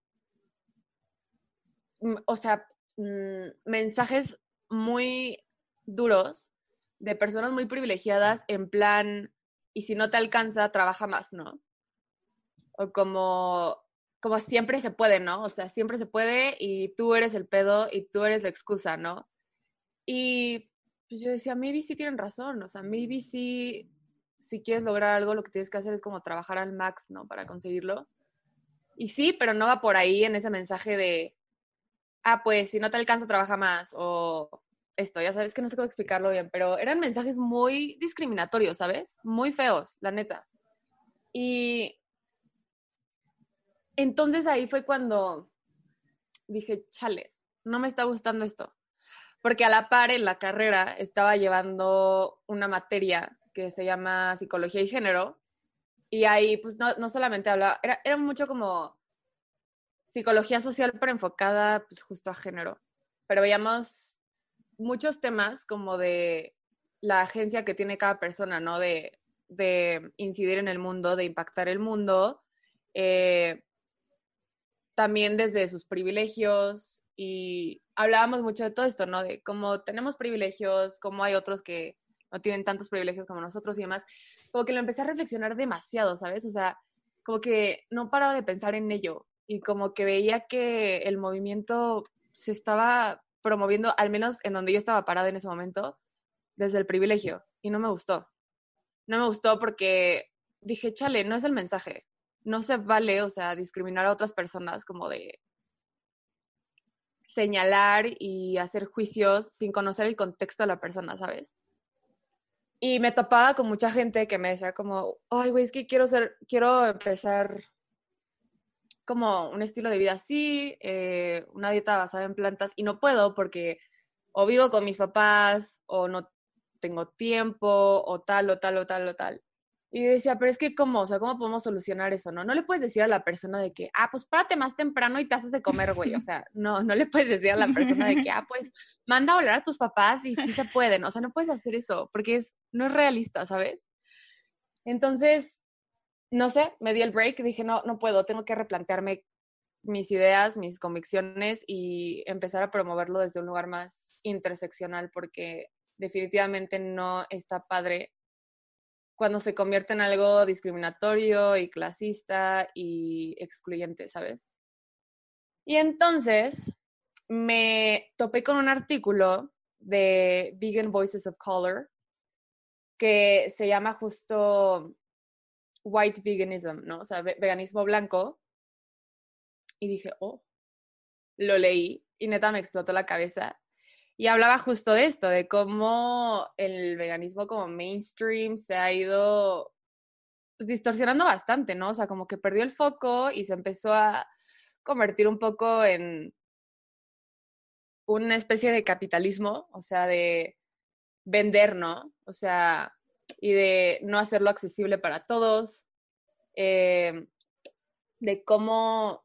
o sea, mensajes muy duros de personas muy privilegiadas en plan, y si no te alcanza, trabaja más, ¿no? O como siempre se puede, ¿no? O sea, siempre se puede y tú eres el pedo y tú eres la excusa, ¿no? Y pues yo decía, maybe sí tienen razón, o sea, maybe sí, si quieres lograr algo, lo que tienes que hacer es como trabajar al max, ¿no? Para conseguirlo. Y sí, pero no va por ahí en ese mensaje de, pues si no te alcanza, trabaja más, o esto, ya sabes que no sé cómo explicarlo bien, pero eran mensajes muy discriminatorios, ¿sabes? Muy feos, la neta. Y entonces ahí fue cuando dije, chale, no me está gustando esto. Porque a la par en la carrera estaba llevando una materia que se llama Psicología y Género, y ahí pues no solamente hablaba, era mucho como psicología social pero enfocada pues justo a género. Pero veíamos muchos temas como de la agencia que tiene cada persona, ¿no? De incidir en el mundo, de impactar el mundo, eh, también desde sus privilegios y hablábamos mucho de todo esto, ¿no? De cómo tenemos privilegios, cómo hay otros que no tienen tantos privilegios como nosotros y demás. Como que lo empecé a reflexionar demasiado, ¿sabes? O sea, como que no paraba de pensar en ello y como que veía que el movimiento se estaba promoviendo, al menos en donde yo estaba parada en ese momento, desde el privilegio y no me gustó. No me gustó porque dije, chale, no es el mensaje. No se vale, o sea, discriminar a otras personas como de señalar y hacer juicios sin conocer el contexto de la persona, ¿sabes? Y me topaba con mucha gente que me decía como, ay, güey, es que quiero empezar como un estilo de vida así, una dieta basada en plantas, y no puedo porque o vivo con mis papás, o no tengo tiempo, o tal, o tal, o tal, o tal. Y yo decía, pero es que ¿cómo? O sea, ¿cómo podemos solucionar eso, no? No le puedes decir a la persona de que, pues párate más temprano y te haces de comer, güey. O sea, no le puedes decir a la persona de que, pues manda a volar a tus papás y sí se pueden. O sea, no puedes hacer eso porque no es realista, ¿sabes? Entonces, no sé, me di el break, dije, no puedo, tengo que replantearme mis ideas, mis convicciones y empezar a promoverlo desde un lugar más interseccional, porque definitivamente no está padre cuando se convierte en algo discriminatorio y clasista y excluyente, ¿sabes? Y entonces me topé con un artículo de Vegan Voices of Color que se llama justo White Veganism, ¿no? O sea, veganismo blanco. Y dije, oh, lo leí y neta me explotó la cabeza. Y hablaba justo de esto, de cómo el veganismo como mainstream se ha ido pues, distorsionando bastante, ¿no? O sea, como que perdió el foco y se empezó a convertir un poco en una especie de capitalismo, o sea, de vender, ¿no? O sea, y de no hacerlo accesible para todos, de cómo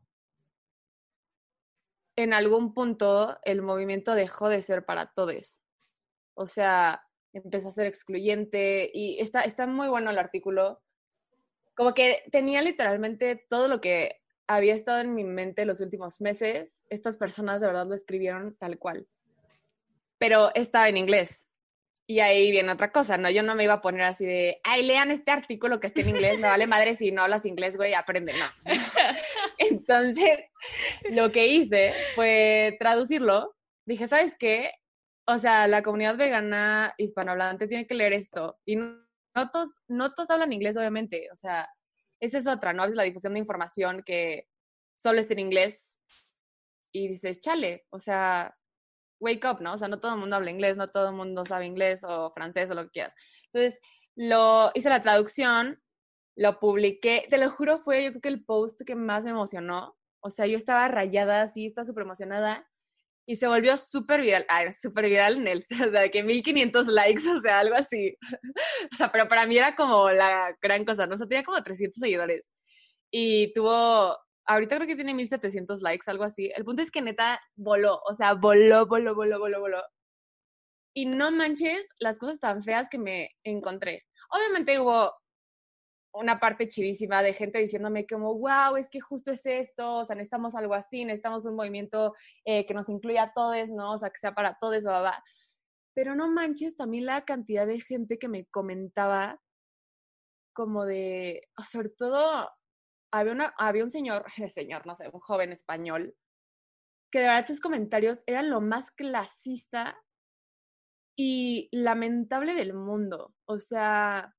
en algún punto el movimiento dejó de ser para todos. O sea, empezó a ser excluyente y está muy bueno el artículo. Como que tenía literalmente todo lo que había estado en mi mente los últimos meses. Estas personas de verdad lo escribieron tal cual. Pero estaba en inglés. Y ahí viene otra cosa, ¿no? Yo no me iba a poner así de, ay, lean este artículo que esté en inglés, me vale madre si no hablas inglés, güey, aprende, no. Pues, no. Entonces, lo que hice fue traducirlo. Dije, ¿sabes qué? O sea, la comunidad vegana hispanohablante tiene que leer esto. Y no todos hablan inglés, obviamente. O sea, esa es otra, ¿no? Es la difusión de información que solo está en inglés. Y dices, chale, o sea, wake up, ¿no? O sea, no todo el mundo habla inglés, no todo el mundo sabe inglés o francés o lo que quieras. Entonces, hice la traducción, lo publiqué, te lo juro, fue yo creo que el post que más me emocionó. O sea, yo estaba rayada, así, estaba súper emocionada. Y se volvió súper viral, súper viral en el, o sea, que 1500 likes, o sea, algo así. O sea, pero para mí era como la gran cosa, ¿no? O sea, tenía como 300 seguidores. Y ahorita creo que tiene 1700 likes, algo así. El punto es que neta voló, o sea, voló. Y no manches las cosas tan feas que me encontré. Obviamente hubo una parte chidísima de gente diciéndome como, wow, es que justo es esto, o sea, necesitamos algo así, necesitamos un movimiento que nos incluya a todos, ¿no? O sea, que sea para todos, va. Pero no manches también la cantidad de gente que me comentaba como de, sobre todo, había un señor, no sé, un joven español, que de verdad sus comentarios eran lo más clasista y lamentable del mundo. O sea,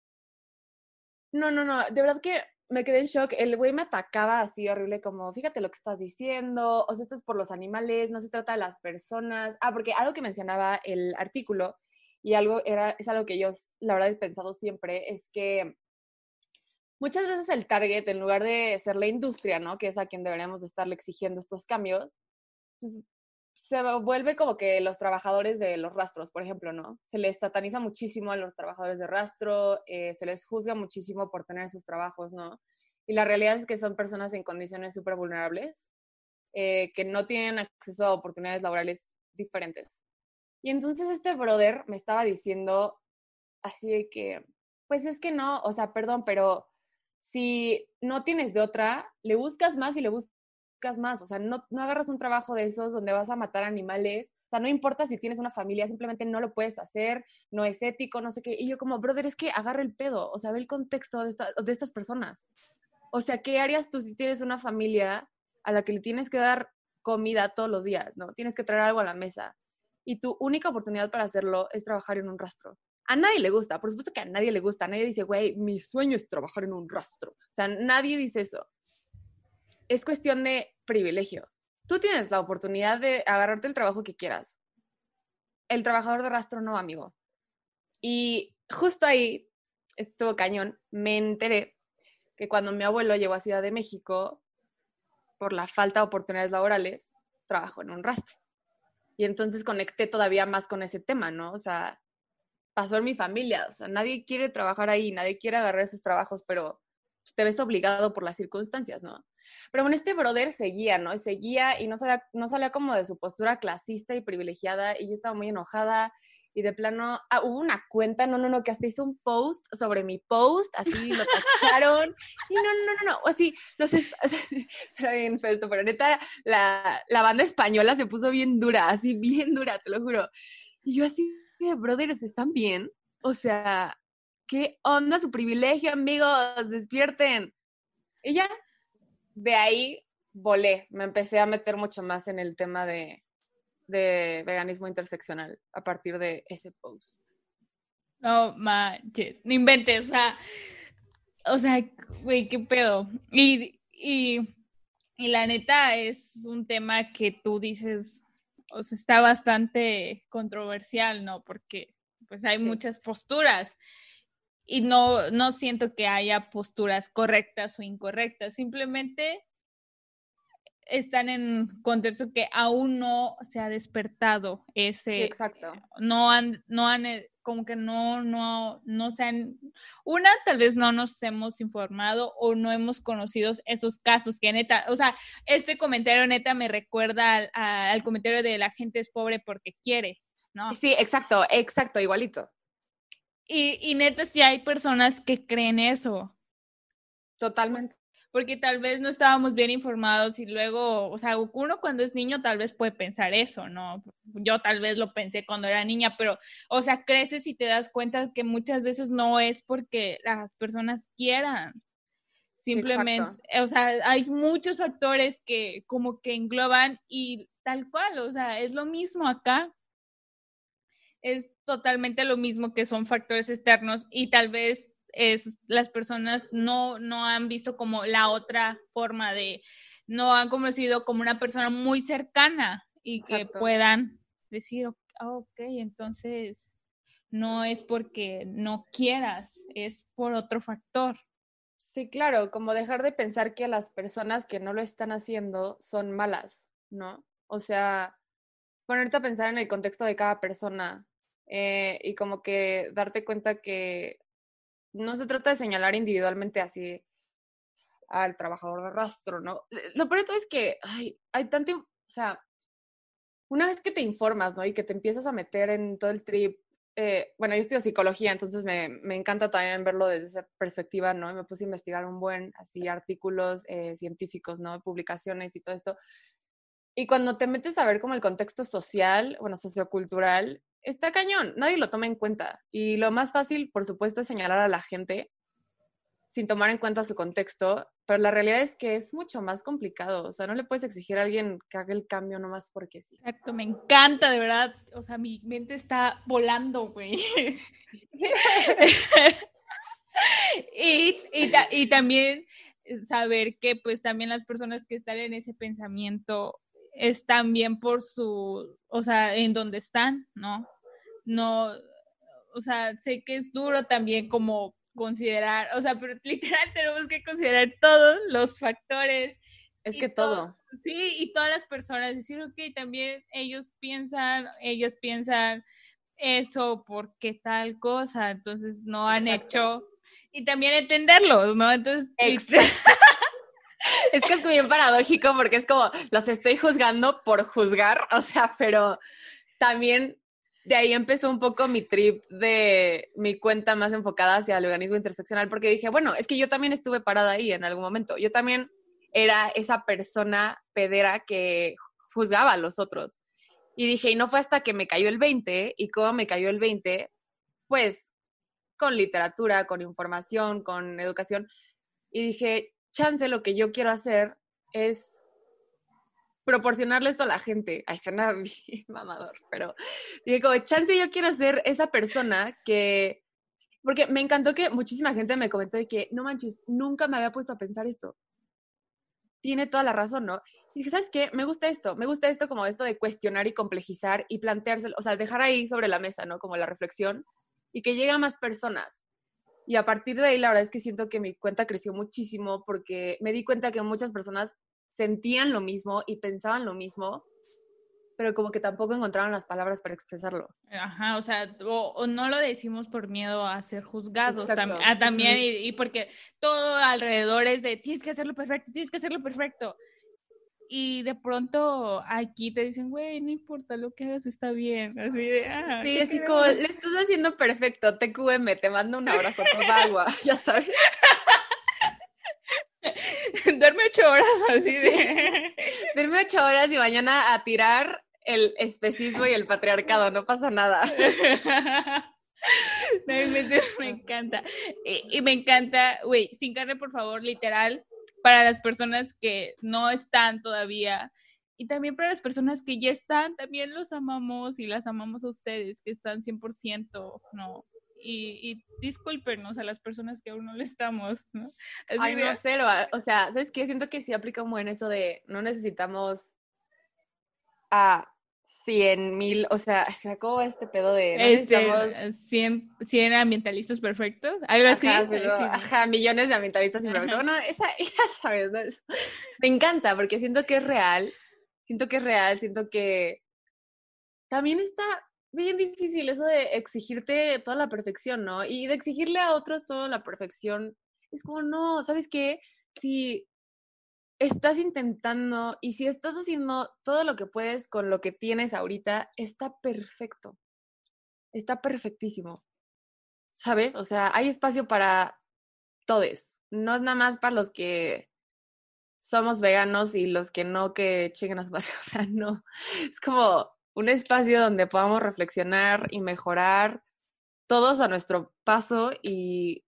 no, de verdad que me quedé en shock. El güey me atacaba así horrible como, fíjate lo que estás diciendo, o sea, esto es por los animales, no se trata de las personas. Porque algo que mencionaba el artículo y es algo que yo, la verdad, he pensado siempre, es que muchas veces el target, en lugar de ser la industria, ¿no? Que es a quien deberíamos estarle exigiendo estos cambios, pues se vuelve como que los trabajadores de los rastros, por ejemplo, ¿no? Se les sataniza muchísimo a los trabajadores de rastro, se les juzga muchísimo por tener esos trabajos, ¿no? Y la realidad es que son personas en condiciones súper vulnerables, que no tienen acceso a oportunidades laborales diferentes. Y entonces este brother me estaba diciendo así de que, pues es que no, o sea, perdón, pero si no tienes de otra, le buscas más y le buscas más. O sea, no agarras un trabajo de esos donde vas a matar animales. O sea, no importa si tienes una familia, simplemente no lo puedes hacer, no es ético, no sé qué. Y yo como, brother, es que agarra el pedo, o sea, ve el contexto de estas personas. O sea, ¿qué harías tú si tienes una familia a la que le tienes que dar comida todos los días, ¿no? Tienes que traer algo a la mesa. Y tu única oportunidad para hacerlo es trabajar en un rastro. A nadie le gusta, por supuesto que a nadie le gusta. Nadie dice, güey, mi sueño es trabajar en un rastro. O sea, nadie dice eso. Es cuestión de privilegio. Tú tienes la oportunidad de agarrarte el trabajo que quieras. El trabajador de rastro no, amigo. Y justo ahí, estuvo cañón, me enteré que cuando mi abuelo llegó a Ciudad de México, por la falta de oportunidades laborales, trabajó en un rastro. Y entonces conecté todavía más con ese tema, ¿no? O sea, pasó en mi familia, o sea, nadie quiere trabajar ahí, nadie quiere agarrar esos trabajos, pero pues, te ves obligado por las circunstancias, ¿no? Pero bueno, este brother seguía, ¿no? Seguía y no salía como de su postura clasista y privilegiada, y yo estaba muy enojada, y de plano, hubo una cuenta, no, que hasta hizo un post sobre mi post, así lo tacharon. Sí, no, así, está bien feo esto, pero neta, la banda española se puso bien dura, así bien dura, te lo juro. Y yo así, de brothers, ¿están bien? O sea, ¿qué onda su privilegio, amigos? Despierten. Y ya, de ahí volé, me empecé a meter mucho más en el tema de veganismo interseccional a partir de ese post. No manches, no inventes, o sea, güey, qué pedo. Y la neta es un tema que tú dices, o sea, está bastante controversial, ¿no? Porque pues hay muchas posturas y no siento que haya posturas correctas o incorrectas, simplemente están en contexto que aún no se ha despertado ese, sí, exacto. no han como que no se han, tal vez no nos hemos informado o no hemos conocido esos casos que neta, o sea, este comentario neta me recuerda al comentario de la gente es pobre porque quiere, ¿no? Sí, exacto, igualito. Y neta sí hay personas que creen eso. Totalmente. Porque tal vez no estábamos bien informados y luego, o sea, uno cuando es niño tal vez puede pensar eso, ¿no? Yo tal vez lo pensé cuando era niña, pero, o sea, creces y te das cuenta que muchas veces no es porque las personas quieran. Simplemente, sí, o sea, hay muchos factores que como que engloban y tal cual, o sea, es lo mismo acá. Es totalmente lo mismo que son factores externos y tal vez las personas no han visto como la otra forma no han conocido como una persona muy cercana y que puedan decir, ok, entonces no es porque no quieras, es por otro factor. Sí, claro, como dejar de pensar que las personas que no lo están haciendo son malas, ¿no? O sea, ponerte a pensar en el contexto de cada persona y como que darte cuenta que no se trata de señalar individualmente así al trabajador de rastro, ¿no? Lo peor de todo es que hay tanto, o sea, una vez que te informas, ¿no? Y que te empiezas a meter en todo el trip, bueno, yo estudio psicología, entonces me encanta también verlo desde esa perspectiva, ¿no? Y me puse a investigar un buen, así, artículos científicos, ¿no? Publicaciones y todo esto. Y cuando te metes a ver como el contexto social, bueno, sociocultural, está cañón, nadie lo toma en cuenta. Y lo más fácil, por supuesto, es señalar a la gente sin tomar en cuenta su contexto, pero la realidad es que es mucho más complicado. O sea, no le puedes exigir a alguien que haga el cambio nomás porque sí. Exacto, me encanta, de verdad. O sea, mi mente está volando, güey. y también saber que pues también las personas que están en ese pensamiento están bien por o sea, en donde están, ¿no? No, o sea, sé que es duro también como considerar, o sea, pero literal tenemos que considerar todos los factores. Es que todo. Sí, y todas las personas, decir, ok, también ellos piensan eso porque tal cosa, entonces no han hecho, y también entenderlos, ¿no? Entonces, exacto. Es que es bien paradójico porque es como, los estoy juzgando por juzgar, o sea, pero también de ahí empezó un poco mi trip de mi cuenta más enfocada hacia el veganismo interseccional, porque dije, bueno, es que yo también estuve parada ahí en algún momento. Yo también era esa persona pedera que juzgaba a los otros. Y dije, y no fue hasta que me cayó el 20, y cómo me cayó el 20, pues con literatura, con información, con educación. Y dije, chance, lo que yo quiero hacer es proporcionarle esto a la gente. Ay, suena bien mamador, pero dije como, chance, yo quiero ser esa persona que... Porque me encantó que muchísima gente me comentó de que, no manches, nunca me había puesto a pensar esto. Tiene toda la razón, ¿no? Y dije, ¿sabes qué? Me gusta esto como esto de cuestionar y complejizar y plantearse, o sea, dejar ahí sobre la mesa, ¿no? Como la reflexión y que llegue a más personas. Y a partir de ahí, la verdad es que siento que mi cuenta creció muchísimo porque me di cuenta que muchas personas sentían lo mismo y pensaban lo mismo, pero como que tampoco encontraban las palabras para expresarlo. ajá, o sea, o no lo decimos por miedo a ser juzgados Exacto. también, y porque todo alrededor es de tienes que hacerlo perfecto, y de pronto aquí te dicen, güey, no importa lo que hagas, está bien. Así de, Sí, qué así como, cagado. le estás haciendo perfecto, TQM, te mando un abrazo, toma agua, ya sabes. Duerme 8 horas así Sí, de... duerme 8 horas y mañana a tirar el especismo y el patriarcado, no pasa nada. No inventes, me encanta. Y me encanta, güey, sin carne, por favor, literal, para las personas que no están todavía y también para las personas que ya están, también los amamos y las amamos a ustedes, que están 100%, ¿no? Y discúlpenos a las personas que aún no le estamos, ¿no? Así Ay, no de... sé, o sea, ¿sabes qué? Siento que sí aplica muy en eso de no necesitamos a 100,000, o sea, ¿cómo va este pedo de no necesitamos, 100 ambientalistas perfectos, algo así, ajá, así, ¿no? ajá, millones de ambientalistas sin Ajá. Bueno, esa, ya sabes, ¿no? Me encanta porque siento que es real, siento que también está bien difícil eso de exigirte toda la perfección, ¿no? Y de exigirle a otros toda la perfección, es como, no, ¿sabes qué? Si estás intentando y si estás haciendo todo lo que puedes con lo que tienes ahorita, está perfecto, está perfectísimo, ¿sabes? O sea, hay espacio para todes, no es nada más para los que somos veganos y los que no, que chinguen a su madre, o sea, no, es como un espacio donde podamos reflexionar y mejorar todos a nuestro paso y,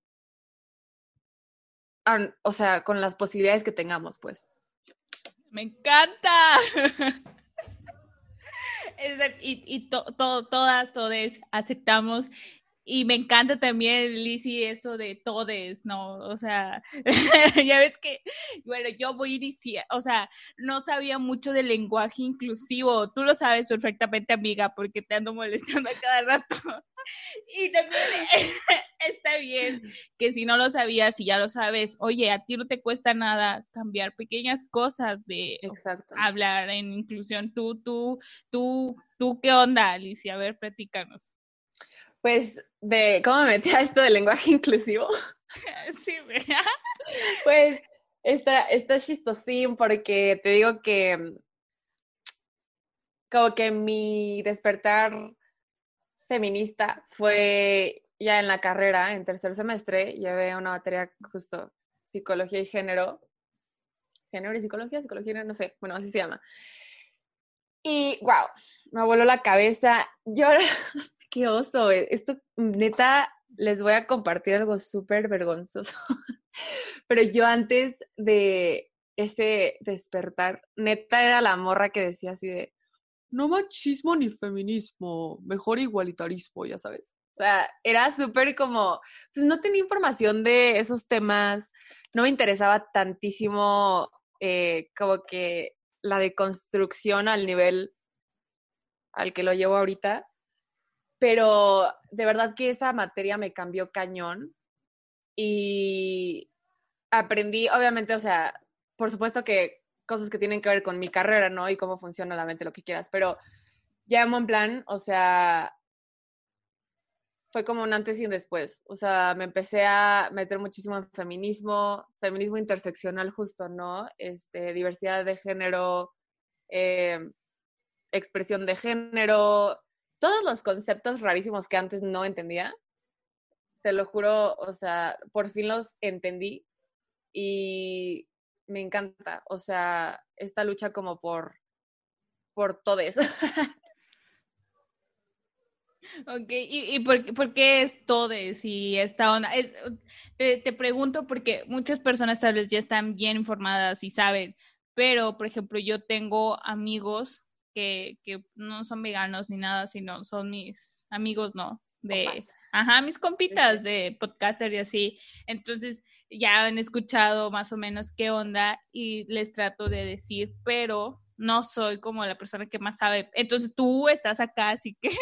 o sea, con las posibilidades que tengamos, pues. Me encanta. Todas, todes aceptamos. Y me encanta también, Lizzy, eso de todes, ¿no? O sea, ya ves que, bueno, yo voy iniciar, o sea, no sabía mucho del lenguaje inclusivo. Tú lo sabes perfectamente, amiga, porque te ando molestando a cada rato. Y también está bien que si no lo sabías, si ya lo sabes, oye, a ti no te cuesta nada cambiar pequeñas cosas de Exacto. hablar en inclusión. ¿Qué onda, Alicia? A ver, platícanos. Pues, de cómo me metí a esto del lenguaje inclusivo, Sí, pues está chistosín porque te digo que como que mi despertar feminista fue ya en la carrera, en tercer semestre, llevé una materia justo psicología y género y psicología, no sé, bueno, así se llama. Y wow, me voló la cabeza. Yo, qué oso, esto neta, les voy a compartir algo súper vergonzoso. Pero yo antes de ese despertar, neta era la morra que decía así de, no machismo ni feminismo, mejor igualitarismo, ya sabes. O sea, era súper como, pues no tenía información de esos temas, no me interesaba tantísimo como que la deconstrucción al nivel al que lo llevo ahorita, pero de verdad que esa materia me cambió cañón y aprendí, obviamente, o sea, por supuesto que cosas que tienen que ver con mi carrera, ¿no? Y cómo funciona la mente, lo que quieras, pero ya en plan, o sea, fue como un antes y un después. O sea, me empecé a meter muchísimo en feminismo interseccional justo, ¿no? Diversidad de género, eh, expresión de género, todos los conceptos rarísimos que antes no entendía, te lo juro, o sea, por fin los entendí y me encanta, o sea, esta lucha como por todes. Ok, ¿y por qué es todes y esta onda? Te pregunto porque muchas personas tal vez ya están bien informadas y saben, pero por ejemplo yo tengo amigos que no son veganos ni nada, sino son mis amigos, ¿no? Copas. Mis compitas de podcaster y así. Entonces ya han escuchado más o menos qué onda y les trato de decir, pero no soy como la persona que más sabe. Entonces tú estás acá, así que...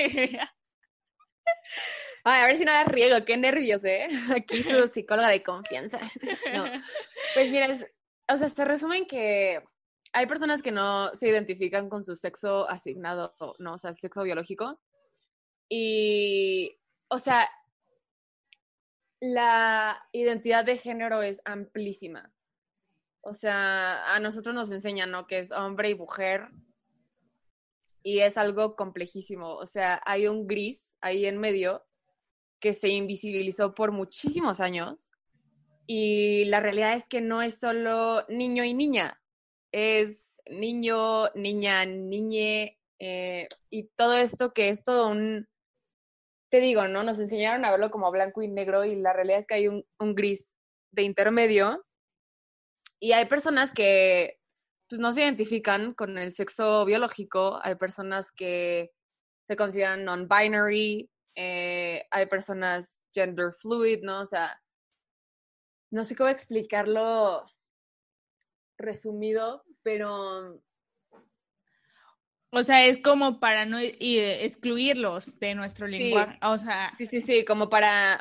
Ay, a ver si no la riego, qué nervios, ¿eh? Aquí su psicóloga de confianza. No, pues mira, o sea, se resume en que hay personas que no se identifican con su sexo asignado, no, o sea, sexo biológico. Y, o sea, la identidad de género es amplísima. O sea, a nosotros nos enseñan, ¿no? Que es hombre y mujer y es algo complejísimo. O sea, hay un gris ahí en medio que se invisibilizó por muchísimos años y la realidad es que no es solo niño y niña, es niño, niña, niñe y todo esto que es todo te digo, ¿no? Nos enseñaron a verlo como blanco y negro y la realidad es que hay un gris de intermedio y hay personas que pues no se identifican con el sexo biológico, hay personas que se consideran non-binary, hay personas gender fluid, ¿no? O sea, no sé cómo explicarlo resumido, pero O sea, es como para no excluirlos de nuestro sí, lenguaje. O sea, sí, como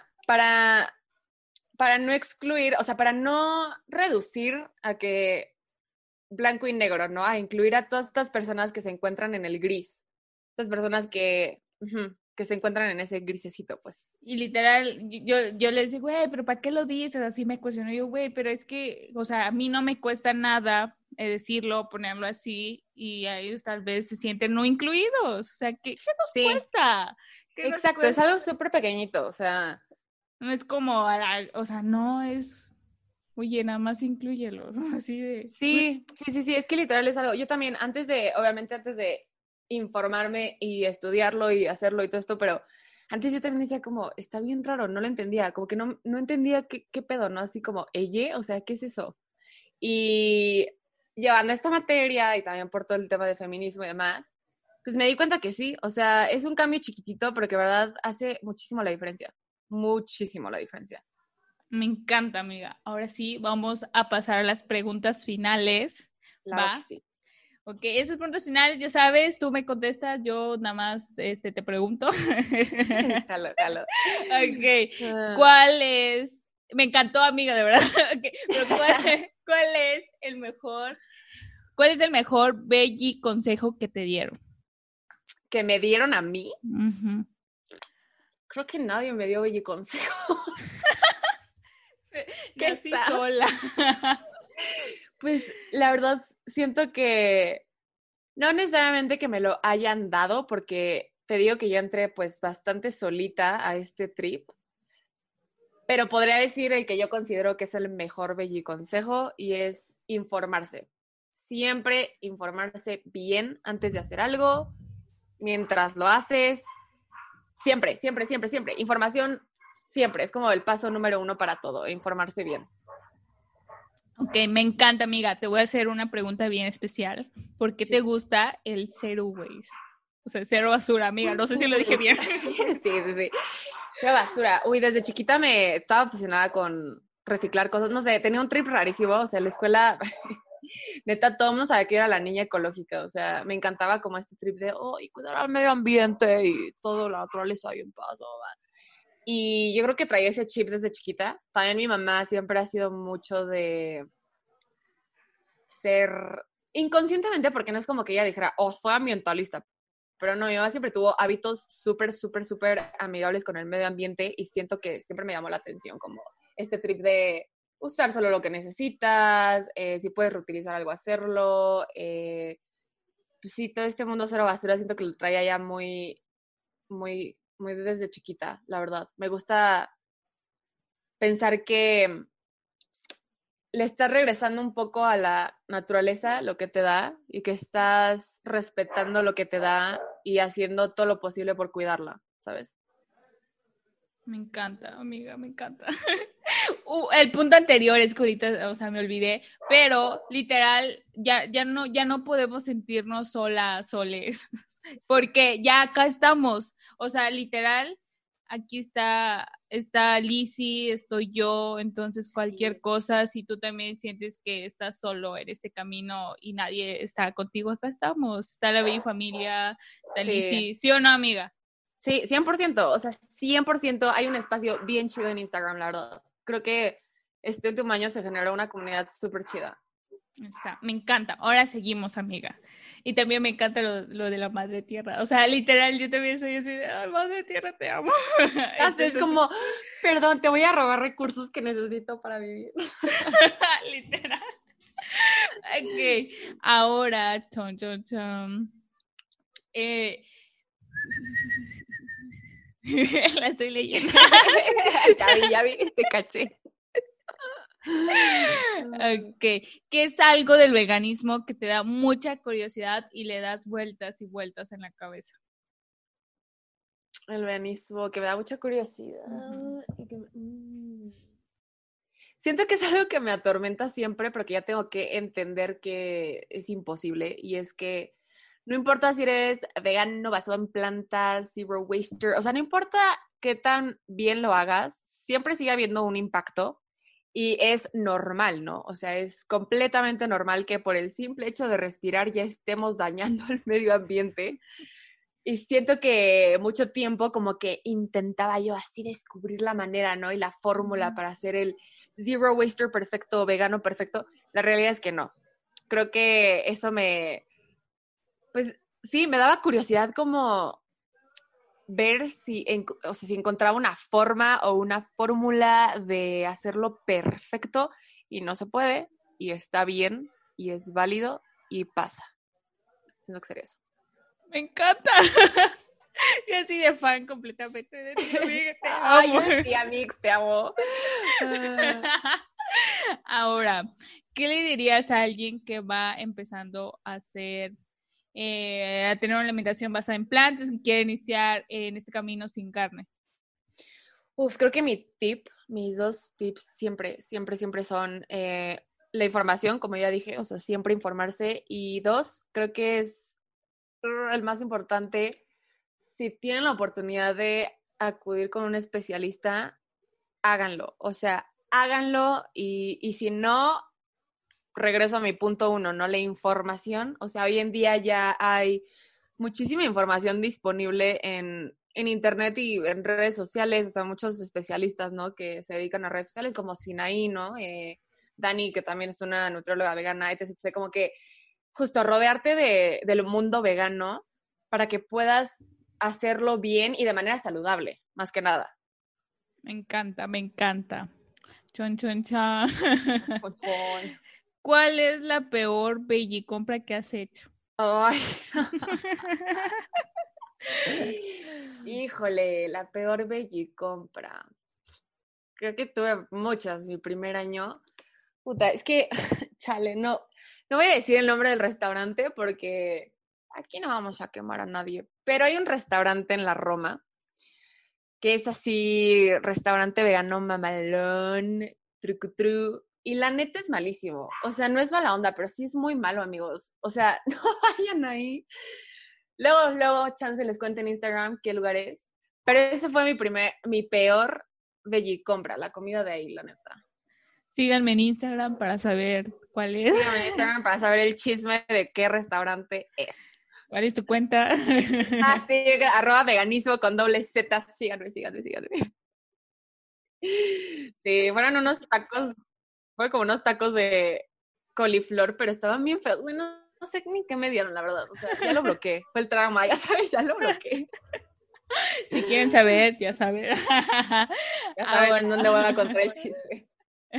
para no excluir, o sea, para no reducir a que blanco y negro, ¿no? A incluir a todas estas personas que se encuentran en el gris. Estas personas que se encuentran en ese grisecito, pues. y literal, yo le decía, güey, pero ¿para qué lo dices? Así me cuestionó yo, güey, pero es que, o sea, a mí no me cuesta nada decirlo, ponerlo así, y a ellos tal vez se sienten no incluidos. O sea, ¿qué nos Sí, cuesta? ¿Qué nos exacto, es cuesta? algo súper pequeñito, o sea, No es como, o sea, no es, oye, nada más inclúyelos, así de... sí, es que literal es algo, yo también, obviamente antes de informarme y estudiarlo y hacerlo y todo esto, pero antes yo también decía como, está bien raro, no lo entendía, como que no entendía qué pedo, ¿no? Así como, ¿ella? O sea, ¿qué es eso? Y llevando esta materia y también por todo el tema de feminismo y demás, pues me di cuenta que sí, o sea, es un cambio chiquitito, pero que de verdad hace muchísimo la diferencia. Me encanta, amiga. Ahora sí, vamos a pasar a las preguntas finales, Claro que ¿va? sí. Ok, esas preguntas finales, ya sabes, tú me contestas, yo nada más te pregunto. Jalo, jalo. Ok, Ah. ¿cuál es? Me encantó, amiga, de verdad. Okay, pero ¿cuál es cuál es el mejor belly consejo que te dieron? Que me dieron a mí, Uh-huh. creo que nadie me dio bello consejo. ¿Qué Nací está? sola. Pues la verdad siento que no necesariamente que me lo hayan dado, porque te digo que yo entré pues bastante solita a este trip, pero podría decir el que yo considero que es el mejor consejo y es informarse. Siempre informarse bien antes de hacer algo, mientras lo haces. Siempre. Información siempre. Es como el paso número 1 para todo, informarse bien. Ok, me encanta, amiga. Te voy a hacer una pregunta bien especial. ¿Por qué te Sí. gusta el zero waste? O sea, cero basura, amiga. No sé si lo dije bien. Sí. Cero basura. Uy, desde chiquita me estaba obsesionada con reciclar cosas. No sé, tenía un trip rarísimo. O sea, en la escuela, neta, todo el mundo sabía que yo era la niña ecológica. O sea, me encantaba como este trip de, oh, y cuidar al medio ambiente y todo la naturaleza y en paz. Y yo creo que traía ese chip desde chiquita. También mi mamá siempre ha sido mucho de ser inconscientemente, porque no es como que ella dijera, oh, soy ambientalista. Pero no, mi mamá siempre tuvo hábitos súper amigables con el medio ambiente y siento que siempre me llamó la atención como este trip de usar solo lo que necesitas, si puedes reutilizar algo, hacerlo. Pues sí, todo este mundo cero basura siento que lo traía ya muy desde chiquita, la verdad. Me gusta pensar que le estás regresando un poco a la naturaleza lo que te da y que estás respetando lo que te da y haciendo todo lo posible por cuidarla, ¿sabes? Me encanta, amiga, me encanta. El punto anterior es que ahorita, o sea, me olvidé, pero literal, ya no podemos sentirnos soles, porque ya acá estamos. O sea, literal, aquí está Lizzy, estoy yo, entonces cualquier cosa, si tú también sientes que estás solo en este camino y nadie está contigo, acá estamos. Está la bella familia, está Sí, Lizzy, ¿sí o no, amiga? sí, 100%, o sea, 100% hay un espacio bien chido en Instagram, la verdad. Creo que este último año se generó una comunidad súper chida. Está, me encanta. Ahora seguimos, amiga. Y también me encanta lo de la madre tierra. O sea, literal, yo también soy así de, ay, madre tierra, te amo. Es Entonces, como, perdón, te voy a robar recursos que necesito para vivir. literal. Ok, ahora, la estoy leyendo. Ya vi, te caché. Ok, ¿qué es algo del veganismo que te da mucha curiosidad y le das vueltas y vueltas en la cabeza? El veganismo, que me da mucha curiosidad. Siento que es algo que me atormenta siempre, pero que ya tengo que entender que es imposible. Y es que no importa si eres vegano, basado en plantas, zero waster, o sea, no importa qué tan bien lo hagas, siempre sigue habiendo un impacto. Y es normal, ¿no? O sea, es completamente normal que por el simple hecho de respirar ya estemos dañando el medio ambiente. Y siento que mucho tiempo como que intentaba yo así descubrir la manera, ¿no? Y la fórmula para hacer el zero waster perfecto, vegano perfecto. La realidad es que no. Creo que eso pues sí, me daba curiosidad como ver o sea, si encontraba una forma o una fórmula de hacerlo perfecto y no se puede y está bien y es válido y pasa. Siento que sería eso. Me encanta. Yo así de fan completamente de ti, amiga, te Ay, amo. sí, Amix, te amo. Ahora, ¿qué le dirías a alguien que va empezando a hacer, a tener una alimentación basada en plantas, que quiere iniciar en este camino sin carne? Creo que mis dos tips siempre son la información, como ya dije, o sea, siempre informarse. Y dos, creo que es el más importante, si tienen la oportunidad de acudir con un especialista, háganlo. O sea, háganlo y si no, regreso a mi punto uno, ¿no? La información. O sea, hoy en día ya hay muchísima información disponible en internet y en redes sociales, o sea, muchos especialistas, ¿no? Que se dedican a redes sociales, como Sinaí, ¿no? Dani, que también es una nutrióloga vegana, etc. Como que justo rodearte del mundo vegano para que puedas hacerlo bien y de manera saludable, más que nada. Me encanta, me encanta. Chon, chon, chon. Chon. ¿Cuál es la peor compra que has hecho? Ay, híjole, la peor compra. Creo que tuve muchas mi primer año. Puta, es que, chale, no voy a decir el nombre del restaurante porque aquí no vamos a quemar a nadie. Pero hay un restaurante en la Roma que es así, restaurante vegano mamalón, trucutru. Y la neta es malísimo. O sea, no es mala onda, pero sí es muy malo, amigos. O sea, no vayan ahí. Luego, chance les cuento en Instagram qué lugar es. Pero ese fue mi peor compra, la comida de ahí, la neta. Síganme en Instagram para saber cuál es. Síganme en Instagram para saber el chisme de qué restaurante es. ¿Cuál es tu cuenta? Sí, @veganismo con doble Z. Síganme. Sí, fue como unos tacos de coliflor, pero estaban bien feos. Bueno, no sé ni qué me dieron, la verdad. O sea, ya lo bloqueé. Fue el trauma, ya sabes, ya lo bloqueé. Si quieren saber, ya saben. Ya saben en dónde voy a contar el chisme.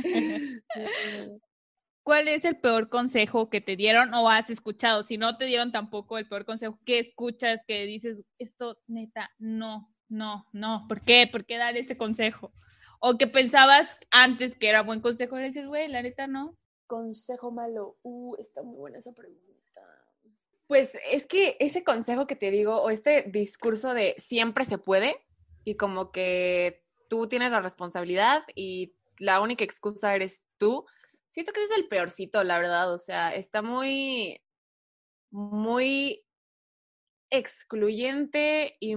¿Cuál es el peor consejo que te dieron o has escuchado? Si no te dieron tampoco el peor consejo, ¿qué escuchas que dices, esto neta, no? ¿Por qué? ¿Por qué dar este consejo? O que pensabas antes que era buen consejo y dices, güey, la neta no. Consejo malo. Está muy buena esa pregunta. Pues es que ese consejo que te digo, o este discurso de siempre se puede, y como que tú tienes la responsabilidad y la única excusa eres tú, siento que ese es el peorcito, la verdad. O sea, está muy, muy excluyente y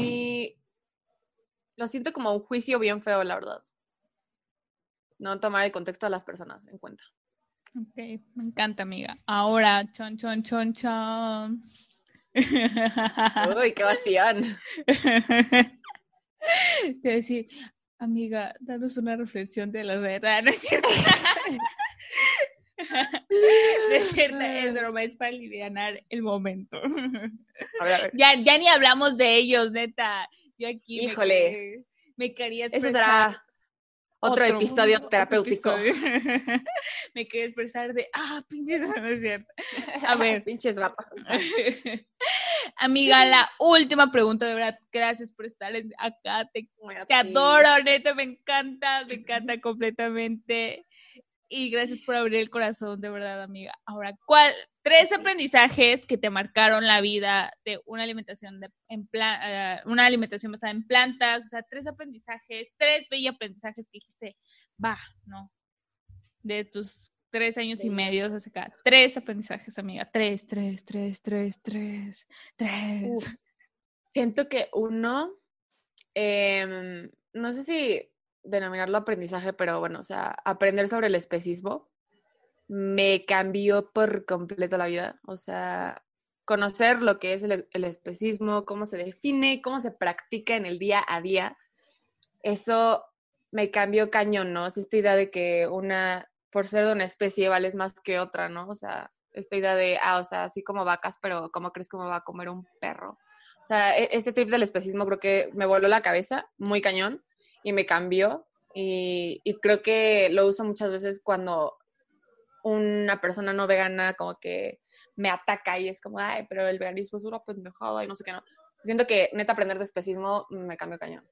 lo siento como un juicio bien feo, la verdad. No tomar el contexto de las personas en cuenta. Ok, me encanta, amiga. Ahora, chon. Uy, qué vacían. Te decir, amiga, danos una reflexión de la verdad, ¿no es cierto? No es cierto, es broma, es para alivianar el momento. A ver. Ya ni hablamos de ellos, neta. Yo aquí Híjole. me quería Ese expresar. Otro episodio terapéutico. Otro episodio. Me quiero expresar de, pinches, no es cierto. A ver. Pinches vatos. Amiga, la última pregunta, de verdad, gracias por estar acá, te adoro, neta, me encanta completamente, y gracias por abrir el corazón, de verdad, amiga. Ahora, 3 aprendizajes que te marcaron la vida de una alimentación una alimentación basada en plantas, o sea, 3 bellos aprendizajes que dijiste, no, de tus 3 años y medio hacia acá. 3 aprendizajes, amiga. 3. Siento que uno, no sé si denominarlo aprendizaje, pero bueno, o sea, aprender sobre el especismo me cambió por completo la vida. O sea, conocer lo que es el especismo, cómo se define, cómo se practica en el día a día, eso me cambió cañón, ¿no? O sea, esta idea de que por ser de una especie, vales más que otra, ¿no? O sea, esta idea de, o sea, así como vacas, pero ¿cómo crees que me va a comer un perro? O sea, este trip del especismo creo que me voló la cabeza muy cañón y me cambió. Y creo que lo uso muchas veces cuando una persona no vegana como que me ataca y es como, ay, pero el veganismo es una pendejada y no sé qué, no. Siento que neta aprender de especismo me cambió cañón.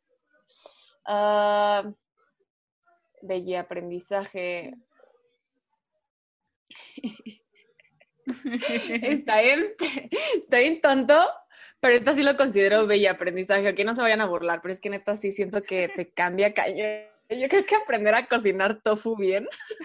Bello aprendizaje. Está bien tonto, pero neta sí lo considero bello aprendizaje. Que no se vayan a burlar, pero es que neta sí siento que te cambia cañón. Yo creo que aprender a cocinar tofu bien.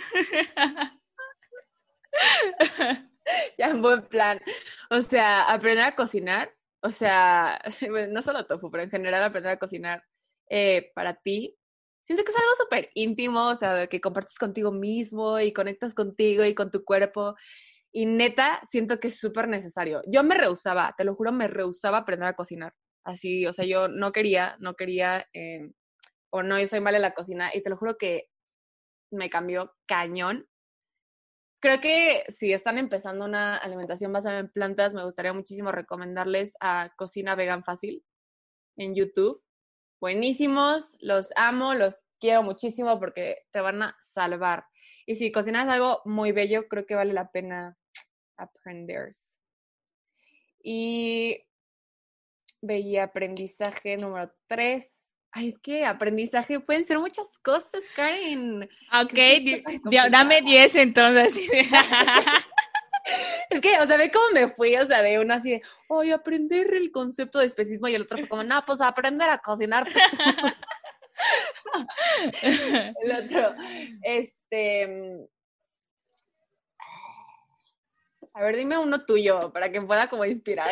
Ya en buen plan. O sea, aprender a cocinar, o sea, no solo tofu, pero en general aprender a cocinar para ti. Siento que es algo súper íntimo, o sea, de que compartes contigo mismo y conectas contigo y con tu cuerpo. Y neta, siento que es súper necesario. Yo me rehusaba, te lo juro, me rehusaba aprender a cocinar. Así, o sea, yo no quería, o no, yo soy mala en la cocina. Y te lo juro que me cambió cañón. Creo que si están empezando una alimentación basada en plantas, me gustaría muchísimo recomendarles a Cocina Vegan Fácil en YouTube. Buenísimos, los amo, los quiero muchísimo porque te van a salvar. Y si cocinas algo muy bello, creo que vale la pena aprender. Y veía aprendizaje número 3. Ay, es que aprendizaje pueden ser muchas cosas, Karen. Ok, dame 10 entonces. Es que, o sea, ve cómo me fui, o sea, de una así de, oye, aprender el concepto de especismo, y el otro fue como, no, pues aprender a cocinar. El otro, a ver, dime uno tuyo, para que pueda como inspirar.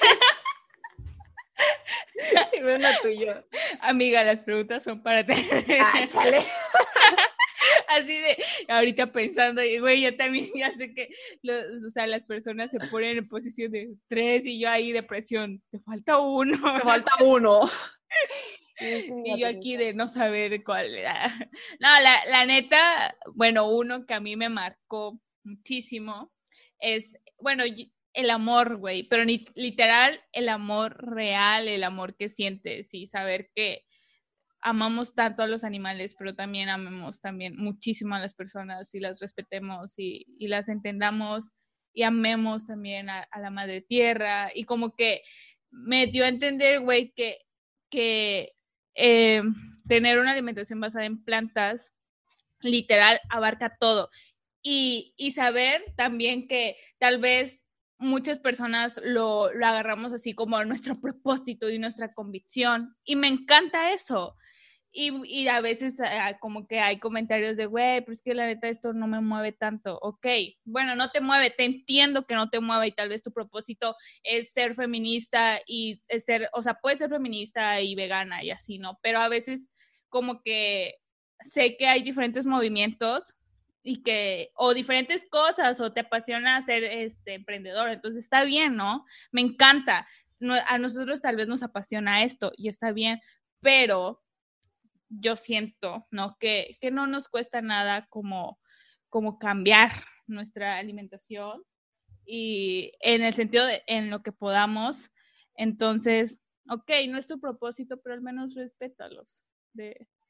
Dime uno tuyo. Amiga, las preguntas son para ti. Chale. Así de, ahorita pensando, güey, yo también ya sé que o sea, las personas se ponen en posición de 3 y yo ahí depresión, te falta uno. Te falta uno. Y yo aquí de no saber cuál era. No, la neta, bueno, uno que a mí me marcó muchísimo es, bueno, el amor, güey, pero literal el amor real, el amor que sientes y saber que amamos tanto a los animales, pero también amemos también muchísimo a las personas y las respetemos y las entendamos y amemos también a la madre tierra. Y como que me dio a entender, güey, que tener una alimentación basada en plantas literal abarca todo. Y saber también que tal vez muchas personas lo agarramos así como nuestro propósito y nuestra convicción. Y me encanta eso. Y a veces como que hay comentarios de, güey, pero es que la neta esto no me mueve tanto. Ok, bueno, no te mueve, te entiendo que no te mueva y tal vez tu propósito es ser feminista y o sea, puedes ser feminista y vegana y así, ¿no? Pero a veces como que sé que hay diferentes movimientos o diferentes cosas, o te apasiona ser emprendedor, entonces está bien, ¿no? Me encanta. A nosotros tal vez nos apasiona esto y está bien, pero yo siento, ¿no? Que no nos cuesta nada como cambiar nuestra alimentación y en el sentido en lo que podamos. Entonces, ok, no es tu propósito, pero al menos respétalos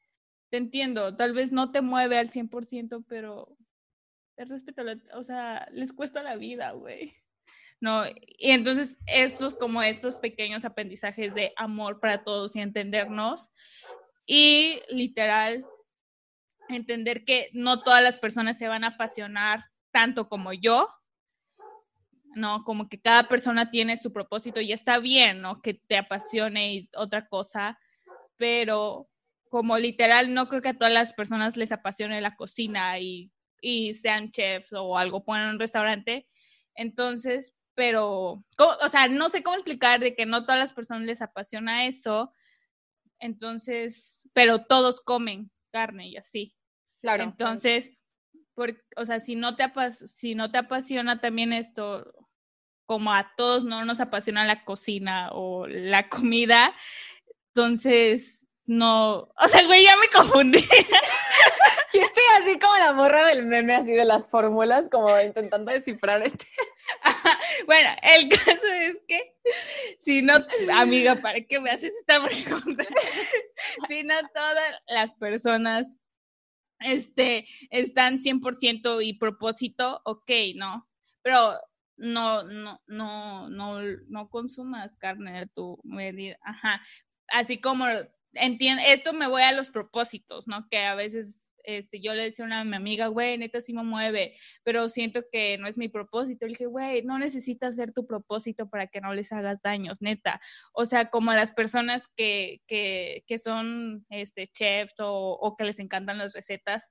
te entiendo, tal vez no te mueve al 100%, pero el respeto, o sea, les cuesta la vida, güey. No, y entonces estos pequeños aprendizajes de amor para todos y entendernos y literal entender que no todas las personas se van a apasionar tanto como yo, ¿no? Como que cada persona tiene su propósito y está bien, ¿no? Que te apasione y otra cosa, pero como literal no creo que a todas las personas les apasione la cocina y sean chefs o algo, pongan un restaurante, entonces, pero, o sea, no sé cómo explicar de que no todas las personas les apasiona eso, entonces, pero todos comen carne y así. Claro. Entonces, o sea, si no te apasiona también esto, como a todos no nos apasiona la cocina o la comida, entonces no, o sea, güey, ya me confundí. Yo estoy así como la morra del meme, así de las fórmulas, como intentando descifrar Bueno, el caso es que, si no, amiga, ¿para qué me haces esta pregunta? Si no todas las personas están 100% y propósito, ok, ¿no? Pero no consumas carne de tu medida, ajá. Así como entiendo, esto me voy a los propósitos, ¿no? Que a veces yo le decía a mi amiga, güey, neta sí me mueve, pero siento que no es mi propósito. Le dije, güey, no necesitas ser tu propósito para que no les hagas daños, neta. O sea, como a las personas que son chefs o que les encantan las recetas,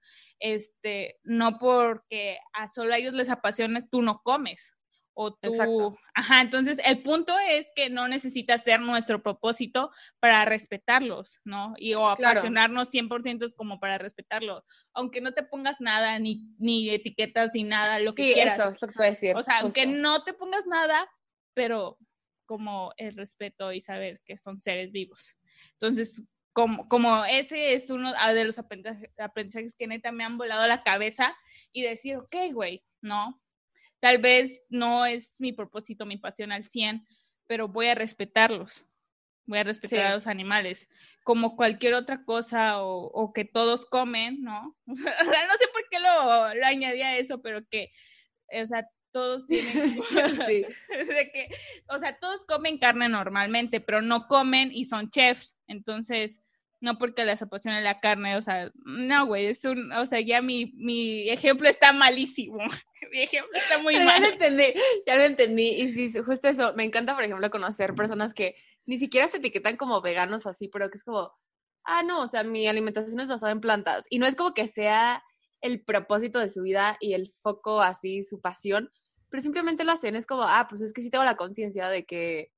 no porque a solo a ellos les apasione, tú no comes. O tú, exacto. Ajá, entonces el punto es que no necesitas ser nuestro propósito para respetarlos, ¿no? O apasionarnos 100% como para respetarlo, aunque no te pongas nada, ni etiquetas, ni nada, lo que quieras. Sí, eso te voy a decir. O sea, justo. Aunque no te pongas nada, pero como el respeto y saber que son seres vivos. Entonces, como ese es uno de los aprendizajes que neta me han volado la cabeza y decir, ok, güey, ¿no? Tal vez no es mi propósito, mi pasión al 100, pero voy a respetarlos. Voy a respetar a los animales, como cualquier otra cosa o que todos comen, ¿no? O sea, no sé por qué lo añadí a eso, pero que, o sea, todos tienen... sí. de que, o sea, todos comen carne normalmente, pero no comen y son chefs, entonces... No porque les apasione la carne, o sea, no, güey, o sea, ya mi ejemplo está malísimo. Mi ejemplo está muy mal. Ya lo entendí. Y sí, justo eso. Me encanta, por ejemplo, conocer personas que ni siquiera se etiquetan como veganos o así, pero que es como, no, o sea, mi alimentación es basada en plantas. Y no es como que sea el propósito de su vida y el foco así, su pasión, pero simplemente lo hacen. Es como, pues es que sí tengo la conciencia de que,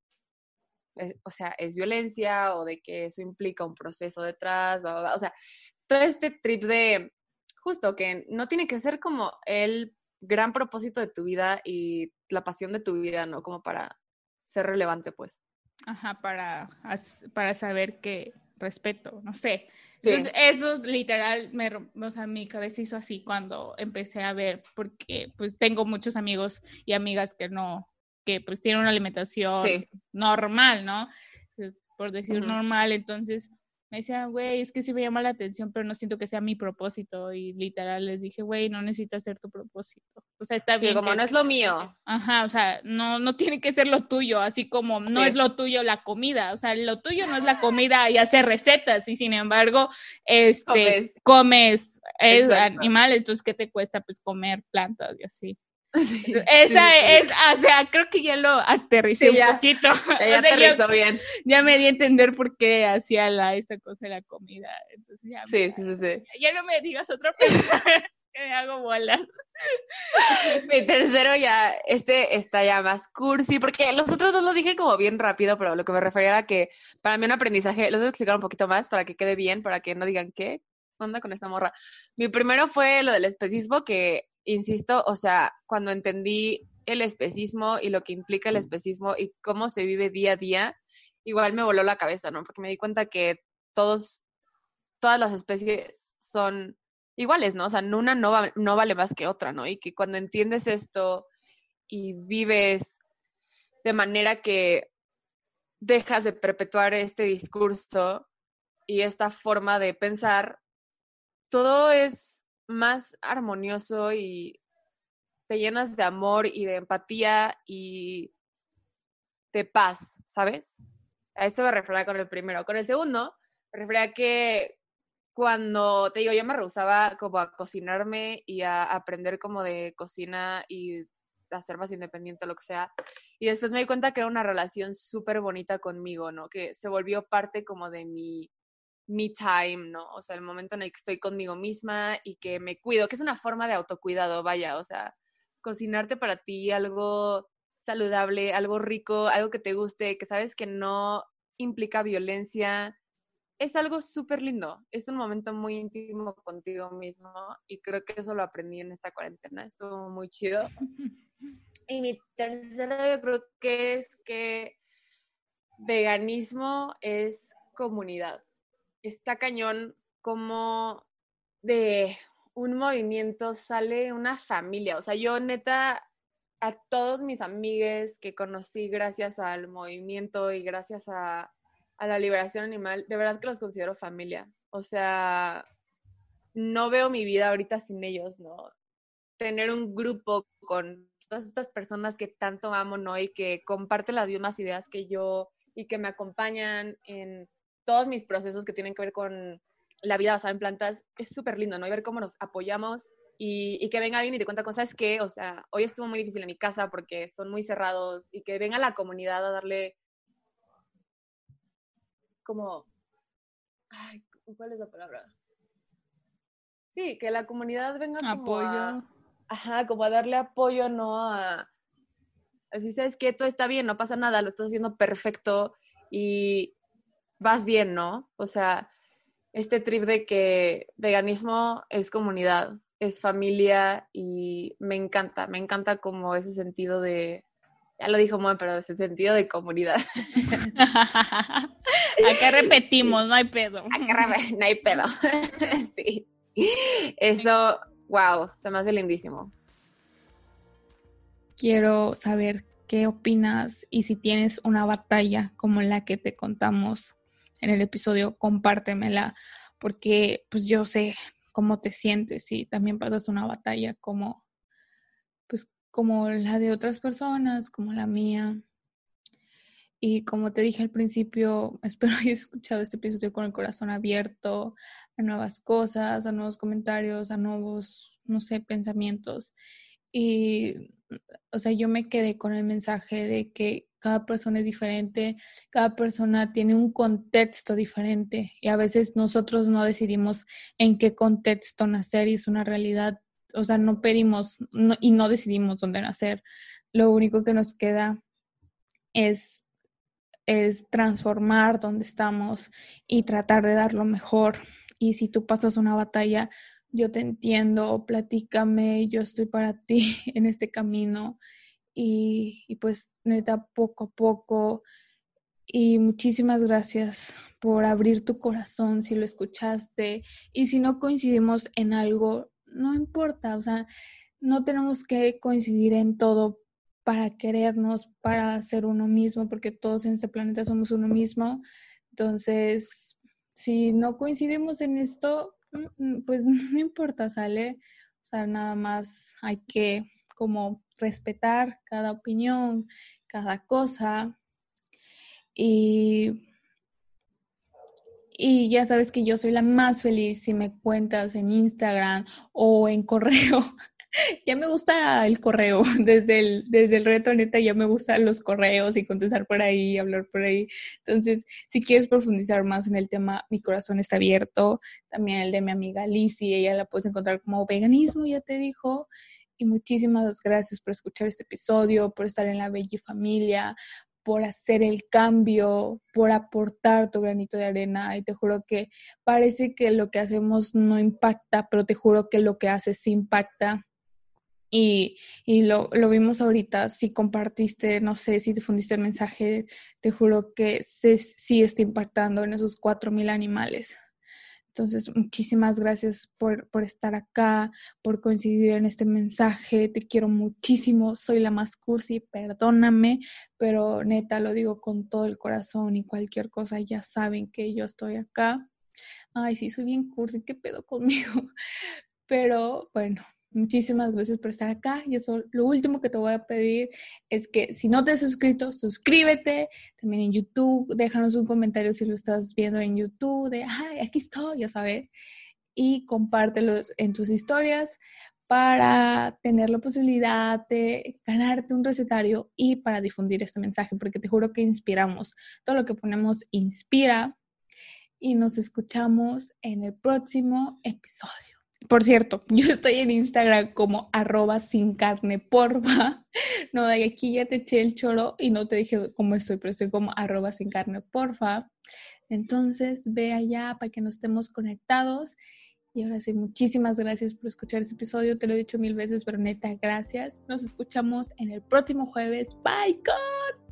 o sea, es violencia o de que eso implica un proceso detrás, bla, bla, bla. O sea, todo este trip de, justo, que no tiene que ser como el gran propósito de tu vida y la pasión de tu vida, ¿no? Como para ser relevante, pues. Ajá, para saber que respeto, no sé. Sí. Entonces, eso literal, o sea, mi cabeza hizo así cuando empecé a ver, porque pues tengo muchos amigos y amigas que pues tienen una alimentación normal, ¿no? Por decir normal, entonces me decían, güey, es que sí me llama la atención, pero no siento que sea mi propósito. Y literal les dije, güey, no necesitas ser tu propósito. O sea, está bien. Como no es lo mío. Ajá, o sea, no tiene que ser lo tuyo, así como no es lo tuyo la comida. O sea, lo tuyo no es la comida y hacer recetas. Y sin embargo, comes animales, entonces, ¿qué te cuesta? Pues comer plantas y así. Sí, es, o sea, creo que ya lo aterricé un poquito. Ya aterrizó bien. Ya me di a entender por qué hacía esta cosa de la comida. Entonces ya, ya no me digas otra cosa, que me hago bolas. Mi tercero ya, está ya más cursi, porque los otros dos los dije como bien rápido, pero lo que me refería era que para mí un aprendizaje, los voy a explicar un poquito más para que quede bien, para que no digan qué onda con esta morra. Mi primero fue lo del especismo, que insisto, o sea, cuando entendí el especismo y lo que implica el especismo y cómo se vive día a día, igual me voló la cabeza, ¿no? Porque me di cuenta que todas las especies son iguales, ¿no? O sea, una no vale más que otra, ¿no? Y que cuando entiendes esto y vives de manera que dejas de perpetuar este discurso y esta forma de pensar, todo es más armonioso y te llenas de amor y de empatía y de paz, ¿sabes? A eso me refería con el primero. Con el segundo, me refería a que cuando, te digo, yo me rehusaba como a cocinarme y a aprender como de cocina y a ser más independiente o lo que sea. Y después me di cuenta que era una relación súper bonita conmigo, ¿no? Que se volvió parte como de mi me time, ¿no? O sea, el momento en el que estoy conmigo misma y que me cuido, que es una forma de autocuidado, vaya, o sea, cocinarte para ti algo saludable, algo rico, algo que te guste, que sabes que no implica violencia, es algo súper lindo, es un momento muy íntimo contigo mismo y creo que eso lo aprendí en esta cuarentena, estuvo muy chido. Y mi tercero yo creo que es que veganismo es comunidad. Está cañón como de un movimiento sale una familia. O sea, yo neta a todos mis amigues que conocí gracias al movimiento y gracias a la liberación animal, de verdad que los considero familia. O sea, no veo mi vida ahorita sin ellos, ¿no? Tener un grupo con todas estas personas que tanto amo, ¿no? Y que comparten las mismas ideas que yo y que me acompañan en todos mis procesos que tienen que ver con la vida basada en plantas, es súper lindo, ¿no? Y ver cómo nos apoyamos y que venga alguien y te cuenta cosas que, o sea, hoy estuvo muy difícil en mi casa porque son muy cerrados y que venga la comunidad a darle como, ay, ¿cuál es la palabra? Sí, que la comunidad venga como Apoyo. ajá, como a darle apoyo, ¿no? Así sabes que todo está bien, no pasa nada, lo estás haciendo perfecto y vas bien, ¿no? O sea, este trip de que veganismo es comunidad, es familia y me encanta como ese sentido de, ya lo dijo Moe, pero ese sentido de comunidad. Acá repetimos, Sí, no hay pedo. no hay pedo. Sí, eso, wow, se me hace lindísimo. Quiero saber qué opinas y si tienes una batalla como la que te contamos en el episodio, compártemela, porque pues yo sé cómo te sientes y también pasas una batalla como pues como la de otras personas, como la mía. Y como te dije al principio, espero hayas escuchado este episodio con el corazón abierto a nuevas cosas, a nuevos comentarios, a nuevos, no sé, pensamientos. Y, o sea, yo me quedé con el mensaje de que cada persona es diferente, cada persona tiene un contexto diferente y a veces nosotros no decidimos en qué contexto nacer y es una realidad, o sea, no pedimos y no decidimos dónde nacer. Lo único que nos queda es transformar donde estamos y tratar de dar lo mejor. Y si tú pasas una batalla, yo te entiendo, platícame, yo estoy para ti en este camino. Y pues neta, poco a poco. Y muchísimas gracias por abrir tu corazón si lo escuchaste. Y si no coincidimos en algo, no importa, o sea, no tenemos que coincidir en todo para querernos, para ser uno mismo, porque todos en este planeta somos uno mismo. Entonces, si no coincidimos en esto, pues no importa, ¿sale? O sea, nada más hay que como respetar cada opinión, cada cosa. Y, y ya sabes que yo soy la más feliz si me cuentas en Instagram o en correo. Ya me gusta el correo, desde el reto neta ya me gustan los correos y contestar por ahí, hablar por ahí. Entonces, si quieres profundizar más en el tema, mi corazón está abierto. También el de mi amiga Lizzie, ella la puedes encontrar como veganismo, ya te dijo. Y muchísimas gracias por escuchar este episodio, por estar en la Belli Familia, por hacer el cambio, por aportar tu granito de arena. Y te juro que parece que lo que hacemos no impacta, pero te juro que lo que haces sí impacta. Y lo vimos ahorita, si compartiste, no sé, si difundiste el mensaje, te juro que sí está impactando en esos 4,000 animales. Entonces, muchísimas gracias por estar acá, por coincidir en este mensaje. Te quiero muchísimo. Soy la más cursi, perdóname, pero neta lo digo con todo el corazón y cualquier cosa ya saben que yo estoy acá. Ay, sí, soy bien cursi, ¿qué pedo conmigo? Pero bueno, muchísimas gracias por estar acá. Y eso, lo último que te voy a pedir es que si no te has suscrito, suscríbete. También en YouTube, déjanos un comentario si lo estás viendo en YouTube, de, ay, aquí estoy, ya sabes. Y compártelos en tus historias para tener la posibilidad de ganarte un recetario y para difundir este mensaje, porque te juro que inspiramos. Todo lo que ponemos inspira y nos escuchamos en el próximo episodio. Por cierto, yo estoy en Instagram como @sincarneporfa. No, de aquí ya te eché el choro y no te dije cómo estoy, pero estoy como @sincarneporfa. Entonces ve allá para que nos estemos conectados. Y ahora sí, muchísimas gracias por escuchar este episodio. Te lo he dicho 1000 veces, pero neta, gracias. Nos escuchamos en el próximo jueves. Bye, God.